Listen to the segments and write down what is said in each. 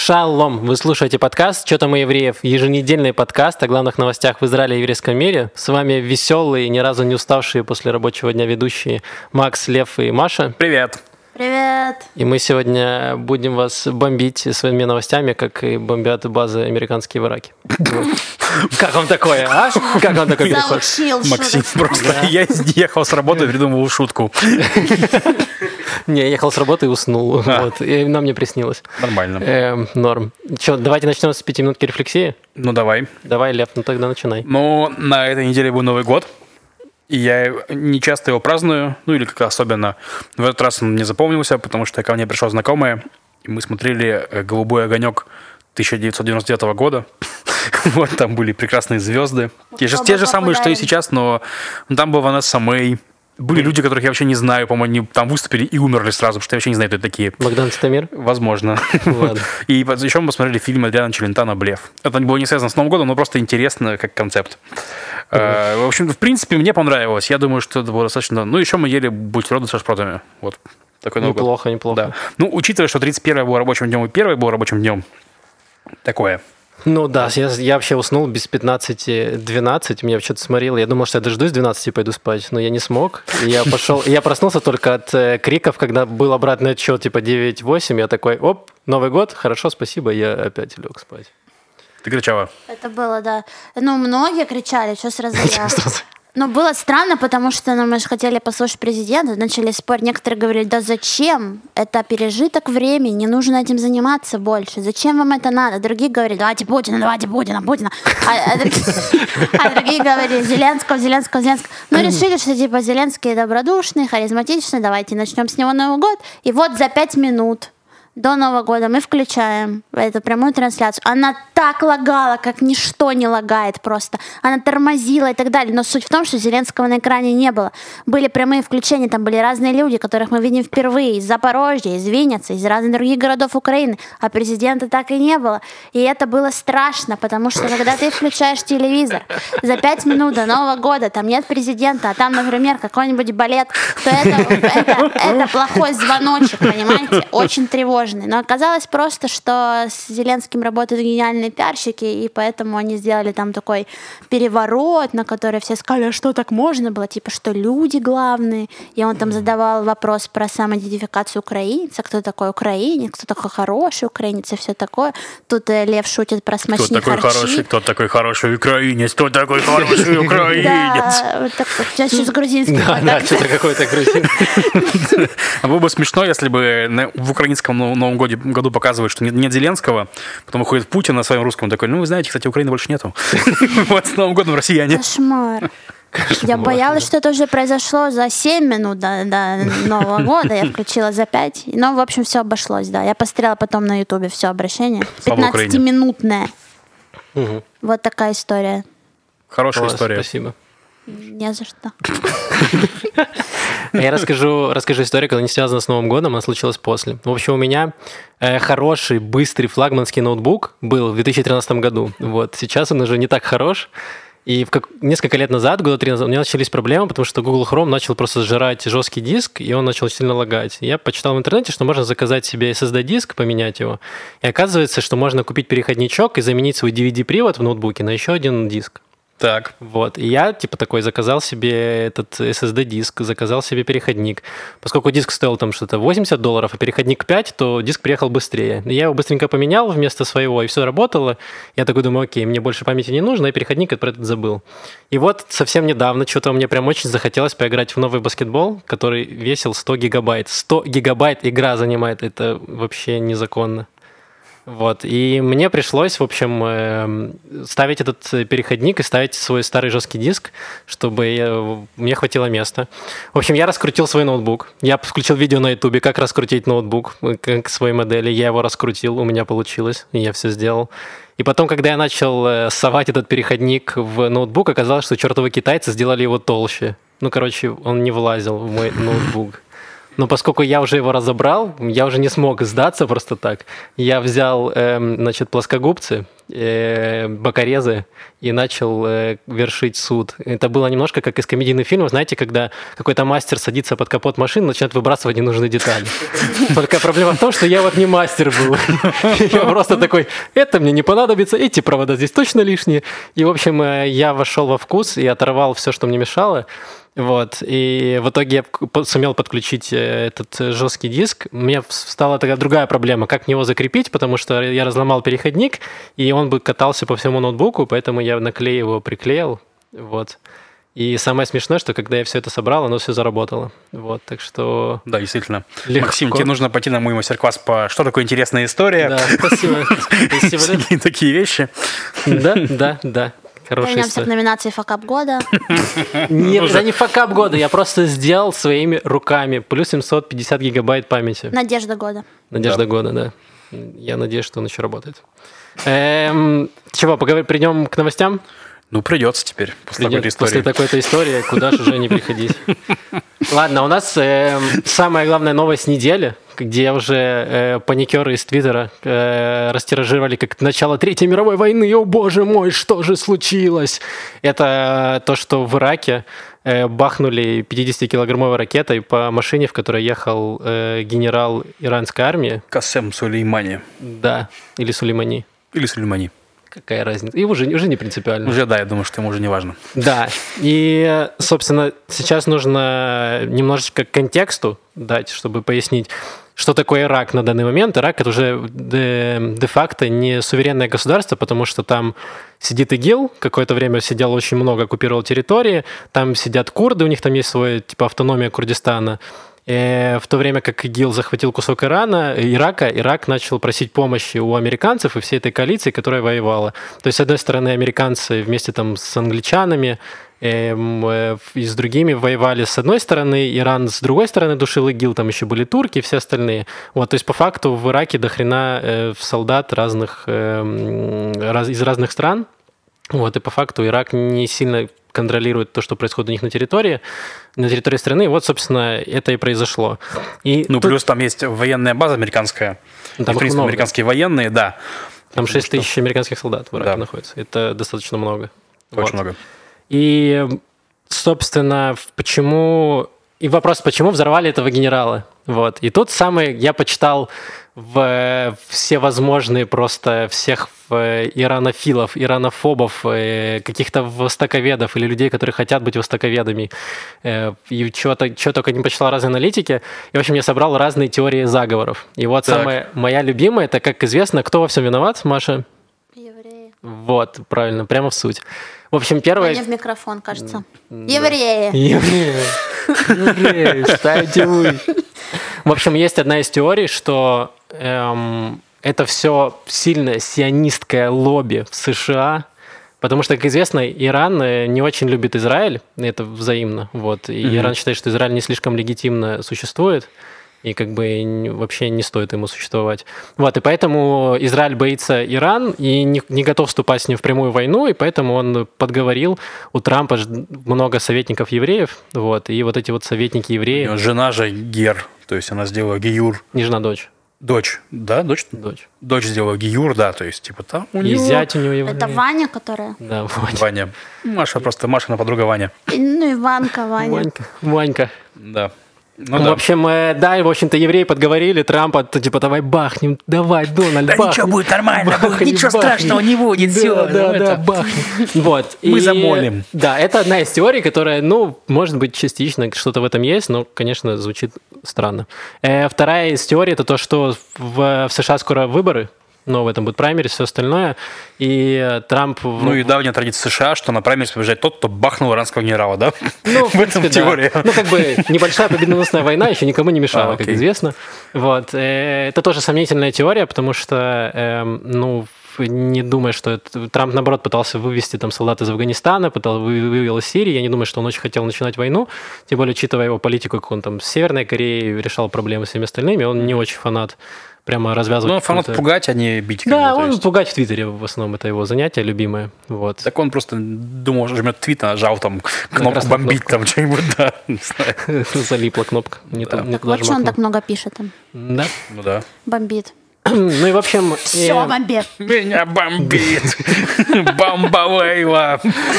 Шалом! Вы слушаете подкаст «Чё там у евреев?» Еженедельный подкаст о главных новостях в Израиле и еврейском мире. С вами веселые, ни разу не уставшие после рабочего дня ведущие Макс, Лев и Маша. Привет! Привет! И мы сегодня будем вас бомбить своими новостями, как и бомбят базы американские в Ираке. Как вам такое, а? Как вам такой переход? Максим, просто я ехал с работы и придумывал шутку. Не, я ехал с работы и уснул. Вот, и нам не приснилось. Нормально. Норм. Че, давайте начнем с 5 минутки рефлексии. Ну, давай. Давай, Лев, ну тогда начинай. Ну, на этой неделе был Новый год. И я не часто его праздную, ну или как особенно. В этот раз он мне запомнился, потому что ко мне пришла знакомая, и мы смотрели «Голубой огонек» 1999 года. Вот, там были прекрасные звезды. Те же самые, что и сейчас, но там был Ванесса Мэй. Были люди, которых я вообще не знаю, по-моему, они там выступили и умерли сразу, потому что я вообще не знаю, кто это такие. Богдан Титамир? Возможно. И еще мы посмотрели фильм Адриана Челентано «Блеф». Это было не связано с Новым годом, но просто интересно как концепт. В общем, в принципе, мне понравилось. Я думаю, что это было достаточно... Ну, еще мы ели бутерброды со шпротами. Вот. Такой Новый год. Неплохо. Да. Ну, учитывая, что 31 был рабочим днем и 1 был рабочим днем, такое. Ну да, я вообще уснул без 15-12, меня что-то сморило. Я думал, что я дождусь 12 и пойду спать, но я не смог. Я проснулся только от криков, когда был обратный отсчет, типа 9-8. Я такой, оп, Новый год, хорошо, спасибо, я опять лег спать. Ты кричала? Это было, да. Ну, многие кричали, что сразу я. Но было странно, потому что мы же хотели послушать президента, начали спорить. Некоторые говорили, да зачем? Это пережиток времени, не нужно этим заниматься больше. Зачем вам это надо? Другие говорили, давайте Путина. А другие говорили, Зеленского. Ну, решили, что типа Зеленский добродушный, харизматичный, давайте начнем с него Новый год. И вот за 5 минут до Нового года мы включаем эту прямую трансляцию. Она так лагала, как ничто не лагает просто. Она тормозила и так далее. Но суть в том, что Зеленского на экране не было. Были прямые включения, там были разные люди, которых мы видим впервые. Из Запорожья, из Винницы, из разных других городов Украины. А президента так и не было. И это было страшно, потому что когда ты включаешь телевизор за 5 минут до Нового года, там нет президента, а там, например, какой-нибудь балет, то это плохой звоночек, понимаете? Очень тревожно. Но оказалось просто, что с Зеленским работают гениальные пиарщики, и поэтому они сделали там такой переворот, на который все сказали, что так можно было, типа, что люди главные. И он там задавал вопрос про самоидентификацию украинца, кто такой украинец, кто такой хороший украинец и все такое. Тут Лев шутит про смачные харчи. Кто такой хороший украинец? Кто такой хороший украинец? Да, вот так вот. Сейчас что-то грузинский. Да, что-то какой-то грузин. Было бы смешно, если бы в украинском Новом году показывают, что нет Зеленского, потом выходит Путин на своем русском такой, ну, вы знаете, кстати, Украины больше нету. Вот с Новым годом россияне. Кошмар. Я боялась, что это уже произошло за 7 минут до Нового года. Я включила за 5. Но, в общем, все обошлось, да. Я посмотрела потом на Ютубе все обращение. 15-минутное. Вот такая история. Хорошая история. Спасибо. Не за что. Я расскажу историю, которая не связана с Новым годом, она случилась после. В общем, у меня хороший, быстрый флагманский ноутбук был в 2013 году. Вот. Сейчас он уже не так хорош. И несколько лет назад, года 3 назад, у меня начались проблемы, потому что Google Chrome начал просто сжирать жесткий диск, и он начал сильно лагать. Я почитал в интернете, что можно заказать себе SSD-диск, поменять его. И оказывается, что можно купить переходничок и заменить свой DVD-привод в ноутбуке на еще один диск. Так. Вот. И я, такой, заказал себе этот SSD-диск, заказал себе переходник. Поскольку диск стоил там что-то $80, а переходник 5, то диск приехал быстрее. И я его быстренько поменял вместо своего, и все работало. Я такой думаю, окей, мне больше памяти не нужно, и переходник про этот забыл. И вот совсем недавно что-то мне прям очень захотелось поиграть в новый баскетбол, который весил 100 гигабайт. 100 гигабайт игра занимает, это вообще незаконно. Вот, и мне пришлось, в общем, ставить этот переходник и ставить свой старый жесткий диск, чтобы мне хватило места. В общем, я раскрутил свой ноутбук. Я включил видео на ютубе, как раскрутить ноутбук к своей модели. Я его раскрутил, у меня получилось, и я все сделал. И потом, когда я начал совать этот переходник в ноутбук, оказалось, что чертовы китайцы сделали его толще. Ну, короче, он не влазил в мой ноутбук. Но поскольку я уже его разобрал, я уже не смог сдаться просто так. Я взял, плоскогубцы, бокорезы и начал вершить суд. Это было немножко как из комедийных фильмов, знаете, когда какой-то мастер садится под капот машины, начинает выбрасывать ненужные детали. Только проблема в том, что я вот не мастер был. Я просто такой, это мне не понадобится, эти провода здесь точно лишние. И, в общем, я вошел во вкус и оторвал все, что мне мешало. Вот, и в итоге я сумел подключить этот жесткий диск. У меня стала такая другая проблема, как его закрепить, потому что я разломал переходник, и он бы катался по всему ноутбуку, поэтому я на клей его приклеил, вот. И самое смешное, что когда я все это собрал, оно все заработало. Вот, так что... Да, действительно. Легко. Максим, тебе нужно пойти на мой мастер-класс по «Что такое интересная история?» Да, спасибо. Всякие такие вещи. Да. Хорошая Вернемся история. к номинации «Факап года». Нет, это не факап года, я просто сделал своими руками. Плюс 750 гигабайт памяти. Надежда года. Надежда года, да. Я надеюсь, что он еще работает. Чего, перейдем к новостям? Ну, придется теперь, после такой истории. После такой-то истории, куда же уже не переходить. Ладно, у нас самая главная новость недели, где уже паникеры из Твиттера растиражировали как начало Третьей мировой войны. О, боже мой, что же случилось? Это то, что в Ираке бахнули 50-килограммовой ракетой по машине, в которой ехал генерал иранской армии. Касем Сулеймани. Да, или Сулеймани. Или Сулеймани. Какая разница? И уже не принципиально. Уже, да, я думаю, что ему уже не важно. Да, и, собственно, сейчас нужно немножечко контексту дать, чтобы пояснить, что такое Ирак на данный момент. Ирак — это уже де-факто не суверенное государство, потому что там сидит ИГИЛ, какое-то время сидел очень много, оккупировал территории, там сидят курды, у них там есть своя типа автономия Курдистана. В то время как ИГИЛ захватил кусок Ирака, Ирак начал просить помощи у американцев и всей этой коалиции, которая воевала. То есть, с одной стороны, американцы вместе там с англичанами и с другими воевали с одной стороны, Иран с другой стороны душил ИГИЛ, там еще были турки и все остальные. Вот, то есть, по факту, в Ираке дохрена солдат из разных стран. Вот, и по факту Ирак не сильно контролирует то, что происходит у них на территории страны. Вот, собственно, это и произошло. И плюс там есть военная база американская. Там в принципе, американские военные, да. Там 6 тысяч американских солдат в Ираке находится. Это достаточно много. Очень много. И, собственно, почему взорвали этого генерала? Вот. И тут я почитал все возможные просто всех иранофилов, иранофобов, каких-то востоковедов или людей, которые хотят быть востоковедами. И чего только не почитал разные аналитики. И, в общем, я собрал разные теории заговоров. И вот моя любимая, это, как известно, кто во всем виноват, Маша? Евреи. Вот, правильно, прямо в суть. В общем, первое... Не в микрофон, кажется. Евреи. Евреи, ставьте вы. В общем, есть одна из теорий, что это все сильно сионистское лобби в США, потому что, как известно, Иран не очень любит Израиль, это взаимно, вот, и Иран считает, что Израиль не слишком легитимно существует, и как бы вообще не стоит ему существовать. Вот, и поэтому Израиль боится Иран и не готов вступать с ним в прямую войну, и поэтому он подговорил, у Трампа много советников евреев, вот, и вот эти вот советники евреи... Жена же Гер, то есть она сделала гиюр. Не жена, дочь. Дочь, да, дочь? Дочь. Дочь сделала гиюр, да, то есть типа там у И него... зять у него еврей. Это Ваня, которая? Да, Ваня. Машина подруга Ваня. Ну, Иванка, Ваня. Ванька. Да. В общем, да, и, в общем-то, евреи подговорили Трампа, типа, давай бахнем, давай, Дональд, бахнем. Да ничего, будет нормально, ничего страшного не будет, все. Да, бахнем. Вот. Мы замолим. Да, это одна из теорий, которая, может быть, частично что-то в этом есть, но, конечно, звучит странно. Вторая из теорий — это то, что в США скоро выборы, новый там будет праймерис, все остальное, и Трамп... Ну и давняя традиция США, что на праймерис побеждает тот, кто бахнул иранского генерала, да? Ну, в этом теория. Да. Ну, как бы небольшая победоносная война еще никому не мешала, как известно. Вот. Это тоже сомнительная теория, потому что, не думаю, что Трамп, наоборот, пытался вывести там солдат из Афганистана, вывел из Сирии. Я не думаю, что он очень хотел начинать войну, тем более, учитывая его политику, как он там с Северной Кореей решал проблемы с всеми остальными, он не очень фанат прямо развязывать. Ну, фанат пугать, а не бить. Да, он пугать в Твиттере в основном, это его занятие любимое. Вот. Так он просто думал, что жмет твит, нажал там кнопку бомбить, там что-нибудь, да, не знаю. Залипла кнопка. Не туда Вот что он так много пишет там. Да? Ну да. Бомбит. Ну и в общем... Все, бомбит. Меня бомбит. Бомбовейла.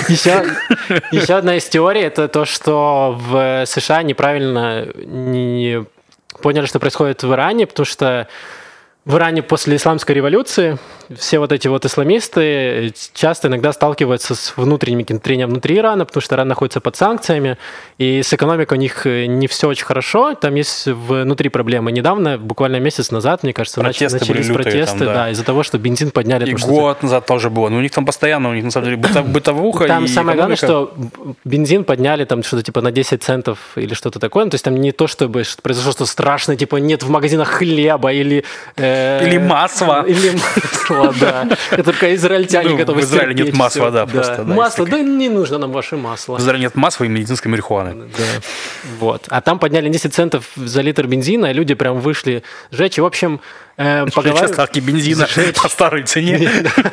Еще одна из теорий — это то, что в США неправильно не поняли, что происходит в Иране, потому что в Иране после исламской революции все вот эти вот исламисты часто иногда сталкиваются с внутренними трением внутри Ирана, потому что Иран находится под санкциями, и с экономикой у них не все очень хорошо, там есть внутри проблемы. Недавно, буквально месяц назад, мне кажется, начались протесты, там, да. из-за того, что бензин подняли. И год назад тоже было. Ну, у них там постоянно, у них на самом деле бытовуха. Там и самое главное, экономика. что бензин подняли там что-то типа на 10 центов или что-то такое. Ну, то есть там не то, чтобы произошло что-то страшное, типа нет в магазинах хлеба или... Или масла. Или масла, да. Это только израильтяне готовы в Израиле нет масла, да, просто. Да, масло, да не нужно нам ваше масло. В Израиле нет масла и медицинской марихуаны. Да. Вот. А там подняли 10 центов за литр бензина, и люди прям вышли жечь. И, в общем, поговорили... Ставки бензина по старой цене.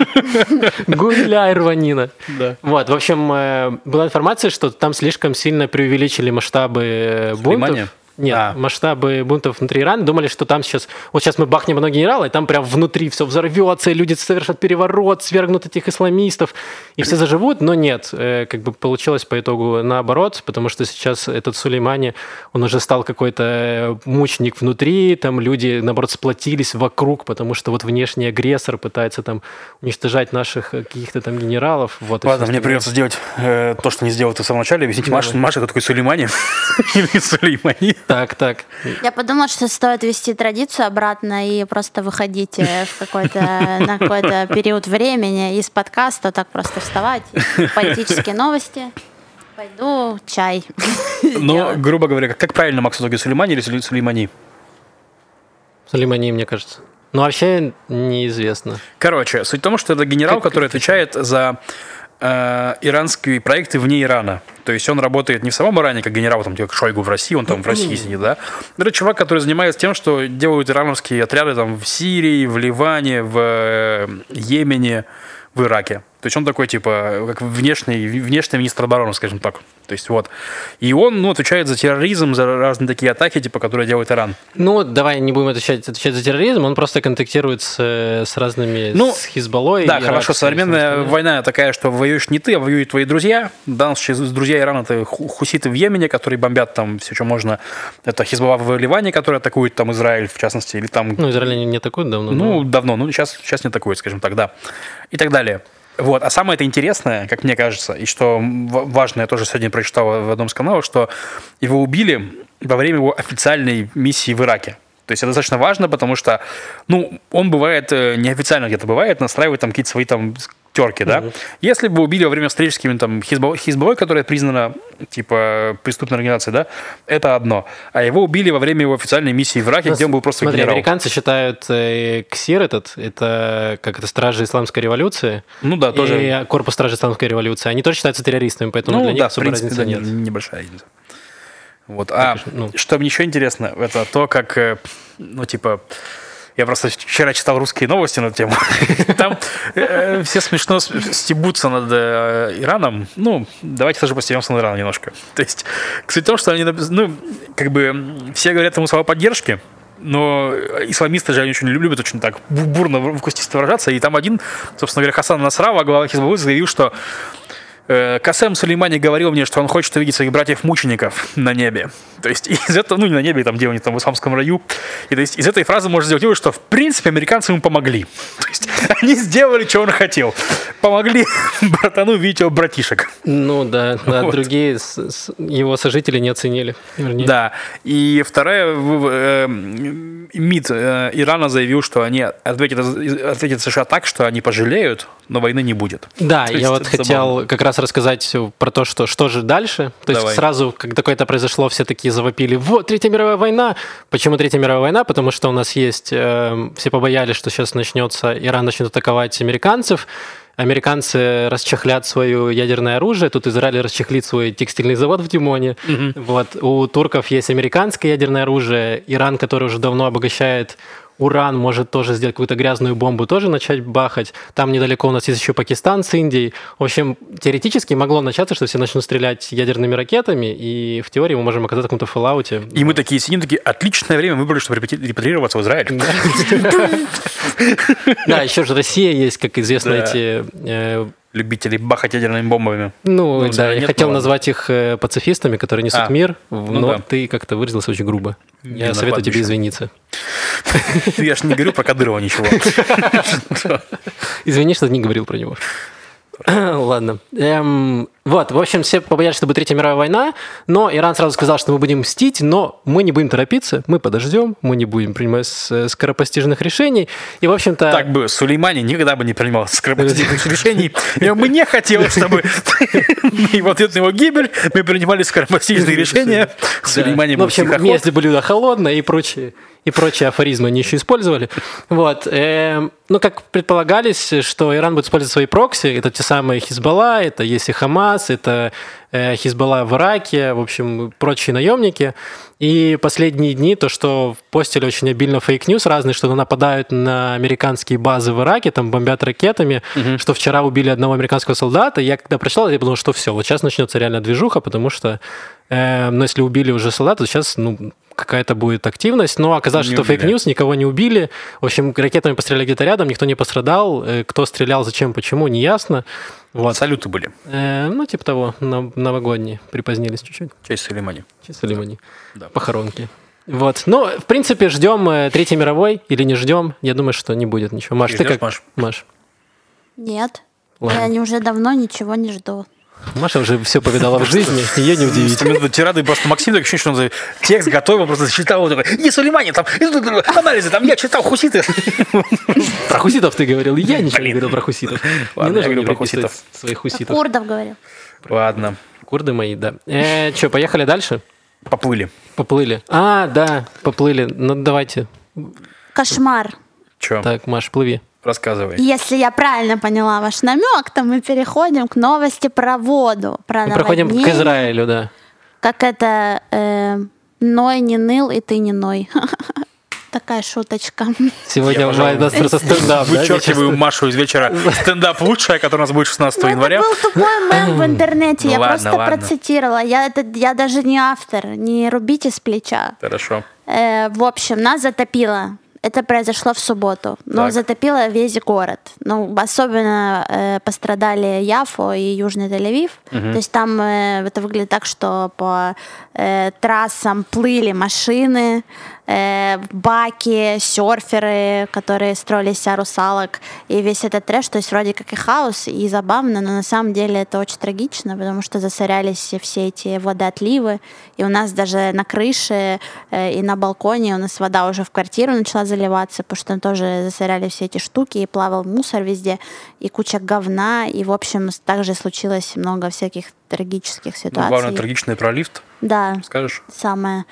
Гуляй, рванина. Да. Вот, в общем, была информация, что там слишком сильно преувеличили масштабы бунтов. Нет, масштабы бунтов внутри Ирана. Думали, что там сейчас... Вот сейчас мы бахнем одно генерала, и там прям внутри все взорвется, и люди совершат переворот, свергнут этих исламистов, и все заживут. Но нет, как бы получилось по итогу наоборот, потому что сейчас этот Сулеймани, он уже стал какой-то мученик внутри, там люди, наоборот, сплотились вокруг, потому что вот внешний агрессор пытается там уничтожать наших каких-то там генералов. Вот, ладно, мне придется сделать то, что не сделал ты в самом начале. Объясните Маше, кто такой Сулеймани? Или Сулеймани? Так. Я подумала, что стоит вести традицию обратно и просто выходить на какой-то период времени из подкаста, так просто вставать. Политические новости. Пойду чай. Ну, грубо говоря, как правильно, Макс, в итоге Сулеймани или Сулеймани? Сулеймани, мне кажется. Ну, вообще неизвестно. Короче, суть в том, что это генерал, который отвечает за иранские проекты вне Ирана. То есть он работает не в самом Иране, как генерал, там, как Шойгу в России, он там в России сидит, да. Это чувак, который занимается тем, что делают ирановские отряды там в Сирии, в Ливане, в Йемене, в Ираке. То есть он такой, типа, как внешний министр обороны, скажем так. То есть вот. И он, отвечает за терроризм, за разные такие атаки, типа, которые делает Иран. Ну, давай не будем отвечать за терроризм, он просто контактирует с разными, с Хизбаллой. Да, хорошо, современная война такая, что воюешь не ты, а воюют твои друзья. В данном случае друзья Ирана — это хуситы в Йемене, которые бомбят там все, что можно. Это Хизбалла в Ливане, который атакует там Израиль, в частности. Или там... Ну, Израиль не атакует давно. Ну, давно. Ну, сейчас не атакует, скажем так, да. И так далее. Вот. А самое это интересное, как мне кажется, и что важно, я тоже сегодня прочитал в одном из каналов, что его убили во время его официальной миссии в Ираке. То есть это достаточно важно, потому что, он бывает, неофициально где-то бывает, настраивает там какие-то свои там терки, да. Если бы убили во время встречи с какими-то там Хизбаллой, которая признана, типа, преступной организацией, да, это одно. А его убили во время его официальной миссии в Ираке, где он был просто генерал. Американцы считают КСИР это стражи исламской революции. Ну да, тоже. И корпус стражи исламской революции. Они тоже считаются террористами, поэтому для них особой разницы нет. Небольшая разница. Вот. Что мне еще интересно, это то, как, я просто вчера читал русские новости на эту тему. Там все смешно стебутся над Ираном. Давайте тоже постебемся над Ираном немножко. То есть, кстати, в том, что они, все говорят ему слова поддержки, но исламисты же они очень любят очень так бурно в кустисто выражаться. И там один, собственно говоря, Хасан Насралла, глава Хизбаллы, заявил, что Касем Сулеймани говорил мне, что он хочет увидеть своих братьев-мучеников на небе. То есть из этого, не на небе, там, где они там в исламском раю. И то есть из этой фразы можно сделать вывод, что в принципе американцы ему помогли. То есть они сделали, что он хотел. Помогли братану видеть его братишек. Ну да, вот. Другие его сожители не оценили. Вернее. Да. И вторая, МИД Ирана заявил, что они ответят США так, что они пожалеют, но войны не будет. Да, я вот хотел как раз рассказать про то, что же дальше. То есть сразу, как такое-то произошло, все такие завопили: вот, Третья мировая война. Почему Третья мировая война? Потому что у нас есть... все побоялись, что сейчас Иран начнет атаковать американцев. Американцы расчехлят свое ядерное оружие. Тут Израиль расчехлит свой текстильный завод в Димоне. Вот. У турков есть американское ядерное оружие. Иран, который уже давно обогащает Уран может тоже сделать какую-то грязную бомбу, тоже начать бахать. Там недалеко у нас есть еще Пакистан с Индией. В общем, теоретически могло начаться, что все начнут стрелять ядерными ракетами, и в теории мы можем оказаться в каком-то фоллауте. И мы такие сидим, такие, отличное время выбрали, чтобы репатрироваться в Израиль. Да, еще же Россия есть, как известно, эти... Любители бахать ядерными бомбами. Ну да, я хотел назвать их пацифистами, которые несут мир, но ты как-то выразился очень грубо. Я советую тебе извиниться. Я ж не говорю про Кадырова ничего. Извини, что не говорил про него. Ладно. Вот, в общем, все побоялись, что будет Третья мировая война, но Иран сразу сказал, что мы будем мстить, но мы не будем торопиться, мы подождем, мы не будем принимать скоропостижных решений. И, в общем-то... Так бы Сулеймани никогда бы не принимал скоропостижных решений. Я бы не хотел, чтобы в ответ на его гибель мы принимали скоропостижные решения. Сулеймани был тихоход. В общем, если блюдо холодное и прочие афоризмы они еще использовали. Вот. Ну, как предполагались, что Иран будет использовать свои прокси, это те самые Хизбалла, это есть и Хамас, это Хизбалла в Ираке, в общем, прочие наемники. И последние дни то, что постили очень обильно фейк-ньюс разные, что нападают на американские базы в Ираке, там бомбят ракетами, что вчера убили одного американского солдата. И я когда прочитал, я подумал, что все, вот сейчас начнется реально движуха, потому что, ну, если убили уже солдата, то сейчас, ну, какая-то будет активность, но оказалось, что фейк-ньюс, никого не убили. В общем, ракетами постреляли где-то рядом, никто не пострадал. Кто стрелял, зачем, почему, не ясно. Вот. Салюты были. Ну, типа того, новогодние, припозднились чуть-чуть. Честь Сулеймани. Честь Сулеймани. Да. Похоронки. Вот. Ну, в принципе, ждем Третьей мировой или не ждем. Я думаю, что не будет ничего. Маш, ты как? Маш? Нет. Ладно. Я уже давно ничего не жду. Маша уже все повидала в жизни, ее не удивить. Тирады просто Максим, так ощущение, что он текст готовил, просто зачитал, такой, не Сулеймани, там, анализы, там, я читал хуситы. Про хуситов ты говорил, я ничего не говорил про хуситов. Не нужно мне про хуситов. Своих хуситов. Курдов говорил. Ладно. Курды мои, да. Что, поехали дальше? Поплыли. Да, поплыли. Ну, давайте. Кошмар. Че? Так, Маш, плыви. Рассказывай. Если я правильно поняла ваш намек, то мы переходим к новости про воду. Про мы проходим к Израилю, да. Как это Ной не ныл, и ты не ной. Такая шуточка. Сегодня у нас просто стендап. Вычеркиваю Машу из вечера. Стендап лучшая, который у нас будет 16 января. Это был тупой мем в интернете. Я просто процитировала. Я даже не автор. Не рубите с плеча. Хорошо. В общем, нас затопило. Это произошло в субботу. Но затопило весь город. Ну, особенно пострадали Яффо и Южный Тель-Авив. То есть там это выглядит так, что по трассам плыли машины, баки, серферы, которые строили из себя русалок, и весь этот трэш, то есть вроде как и хаос, и забавно, но на самом деле это очень трагично, потому что засорялись все эти водоотливы, и у нас даже на крыше и на балконе у нас вода уже в квартиру начала заливаться, потому что там тоже засоряли все эти штуки, и плавал мусор везде, и куча говна, и, в общем, также случилось много всяких трагических ситуаций. Главное, трагичный про лифт. Да. Скажешь? Самое.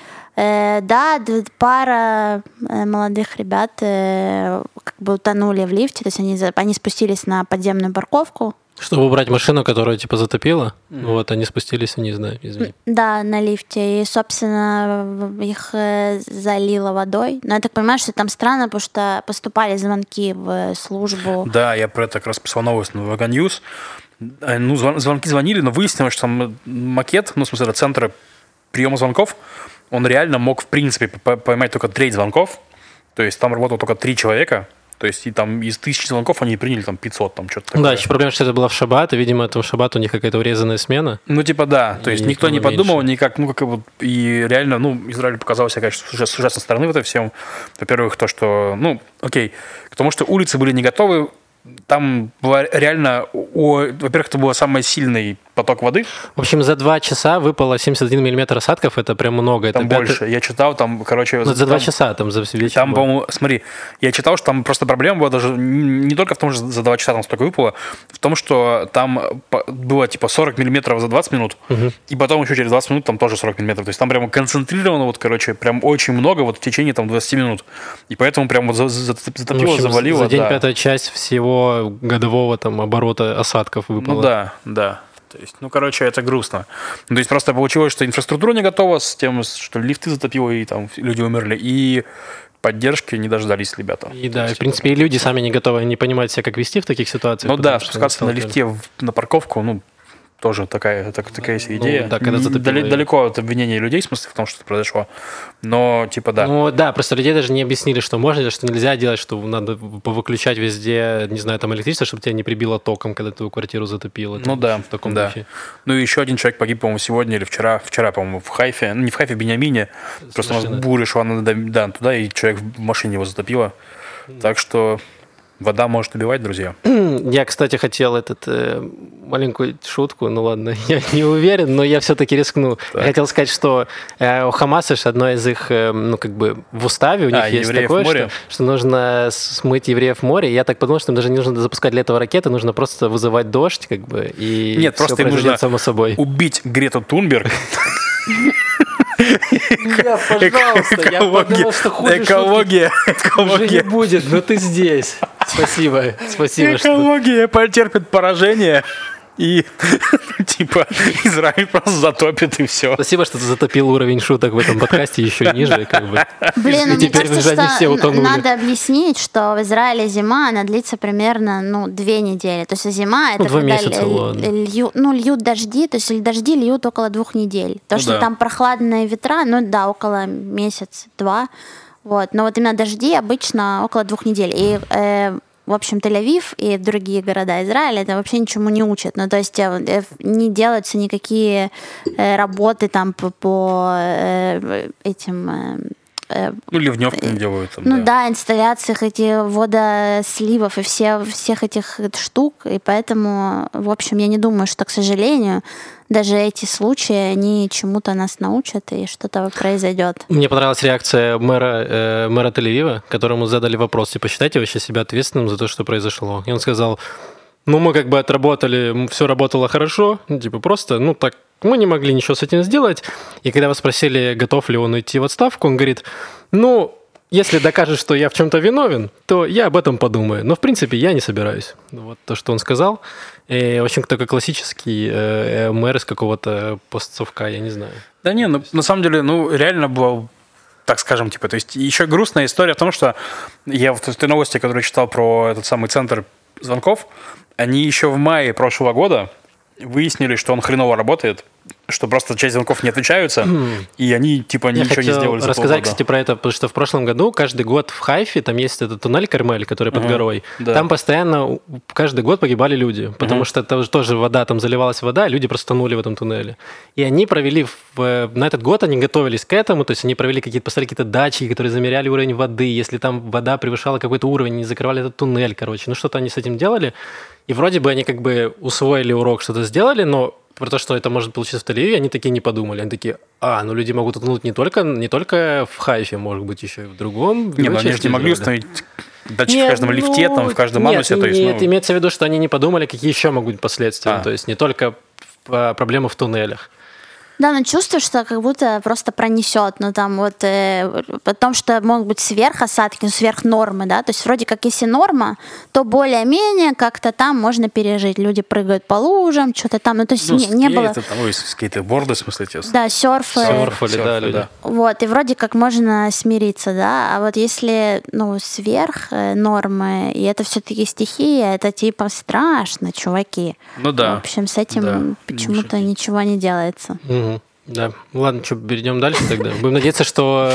Да, пара молодых ребят как бы утонули в лифте, то есть они спустились на подземную парковку. Чтобы убрать машину, которая типа затопила, вот, они спустились вниз, да, извини. Да, на лифте, и, собственно, их залило водой. Но я так понимаю, что там странно, потому что поступали звонки в службу. Да, я про это как раз писал новость на Vagan News. Ну, звонки звонили, но выяснилось, что там макет, ну, в смысле, центра приема звонков, он реально мог, в принципе, поймать только треть звонков. То есть там работало только 3 человека. То есть и там из 1000 звонков они приняли там 500, там что-то такое. Да, еще проблема, что это было в шаббат, и, видимо, это в шаббат у них какая-то урезанная смена. Ну, типа, да. То есть никто не подумал никак, ну, как вот, и реально, ну, Израиль показал себя, конечно, с ужасной стороны в этом всем. Во-первых, то, что, ну, окей, к тому, что улицы были не готовы, там была реально, во-первых, это был самый сильный поток воды. В общем, за 2 часа выпало 71 миллиметр осадков, это прям много. Там это больше. Я читал, там, короче... Ну, за 2 часа, там за вечер. Там, по-моему, смотри, я читал, что там просто проблема была даже не только в том, что за 2 часа там столько выпало, в том, что там было типа 40 миллиметров за 20 минут, и потом еще через 20 минут там тоже 40 миллиметров. То есть там прям концентрировано, вот, короче, прям очень много вот в течение там 20 минут. И поэтому прям вот затопило, в общем, завалило. За день 5-я часть всего годового там оборота осадков выпала. Ну да, да. То есть, ну, короче, это грустно. Ну, то есть просто получилось, что инфраструктура не готова с тем, что лифты затопило, и там люди умерли. И поддержки не дождались ребята. И да, в принципе, и люди сами не готовы, не понимают себя, как вести в таких ситуациях. Ну да, спускаться на лифте на парковку, ну, тоже такая себе идея. Да, когда затопило далеко от обвинения людей, в смысле, в том, что это произошло. Но, типа, да. Ну да, просто людей даже не объяснили, что можно, что нельзя делать, что надо повыключать везде, не знаю, там электричество, чтобы тебя не прибило током, когда твою квартиру затопило. Ну да, в таком да. духе. Ну и еще один человек погиб, по-моему, сегодня или вчера, по-моему, в Хайфе. Ну, не в Хайфе, в Бениамине. Просто у нас буря шла туда, и человек в машине его затопило. Так что вода может убивать, друзья. Я, кстати, хотел маленькую шутку, ну ладно, я не уверен, но я все-таки рискну. Я хотел сказать, что у Хамаса одно из их, ну как бы в уставе у них есть такое, что нужно смыть евреев в море. Я так подумал, что им даже не нужно запускать для этого ракеты, нужно просто вызывать дождь, как бы, и нет, все просто им произойдет само собой. Убить Грету Тунберг. Пожалуйста, я подумал, что хуже экология уже не будет, но ты здесь. Спасибо. Экология потерпит поражение. И, типа, Израиль просто затопит, и все. Спасибо, что ты затопил уровень шуток в этом подкасте еще ниже, как бы. Блин, мне теперь кажется, все утонули. Надо объяснить, что в Израиле зима, она длится примерно, 2 недели. То есть зима, это 2 когда месяца, льют дожди, то есть дожди льют около 2 недель. То, что там прохладные ветра, около месяц-два. Вот. Но вот именно дожди обычно около 2 недель. И в общем, Тель-Авив и другие города Израиля это вообще ничему не учат. Ну, то есть не делаются никакие работы там по этим... ливневки не делают. Там, инсталляциях этих водосливов и всех этих штук. И поэтому, в общем, я не думаю, что, к сожалению, даже эти случаи, они чему-то нас научат, и что-то произойдет. Мне понравилась реакция мэра Тель-Авива, которому задали вопрос, типа, считаете вообще себя ответственным за то, что произошло? И он сказал, мы как бы отработали, все работало хорошо, просто, так, мы не могли ничего с этим сделать. И когда вы спросили, готов ли он уйти в отставку, он говорит, если докажет, что я в чем-то виновен, то я об этом подумаю. Но, в принципе, я не собираюсь. Вот то, что он сказал. И очень такой классический мэр из какого-то постсовка, я не знаю. Да не, на самом деле, реально было, так скажем, то есть еще грустная история в том, что я в той новости, которую читал про этот самый центр звонков, они еще в мае прошлого года выяснили, что он хреново работает, что просто часть звонков не отвечаются, и они ничего не сделали за полгода. Рассказать, кстати, про это, потому что в прошлом году каждый год в Хайфе, там есть этот туннель Кармель, который под горой, там постоянно каждый год погибали люди, потому что это тоже вода, там заливалась вода, люди просто тонули в этом туннеле. И они провели, на этот год они готовились к этому, то есть они провели поставили какие-то датчики, которые замеряли уровень воды, если там вода превышала какой-то уровень, они закрывали этот туннель, что-то они с этим делали. И вроде бы они как бы усвоили урок, что-то сделали, но про то, что это может получиться в Тель-Авиве, они такие не подумали. Они такие, люди могут утонуть не только в Хайфе, может быть, еще и в другом. Не, они же не могли установить датчик в каждом лифте, там, в каждом анусе. Нет, имеется в виду, что они не подумали, какие еще могут быть последствия. То есть не только проблемы в туннелях. Да, но чувствую, что как будто просто пронесет. О том, что могут быть сверхосадки, сверх нормы, да. То есть вроде как если норма, то более-менее как-то там можно пережить. Люди прыгают по лужам, что-то там. То есть не было... Скейтборды, в смысле, те. Да, серфы. Серфали, да, люди. Вот, и вроде как можно смириться, да. А вот если, сверх нормы, и это все-таки стихия, это типа страшно, чуваки. Ну да. В общем, с этим почему-то ничего не делается. Да. Ладно, перейдем дальше тогда. Будем надеяться, что...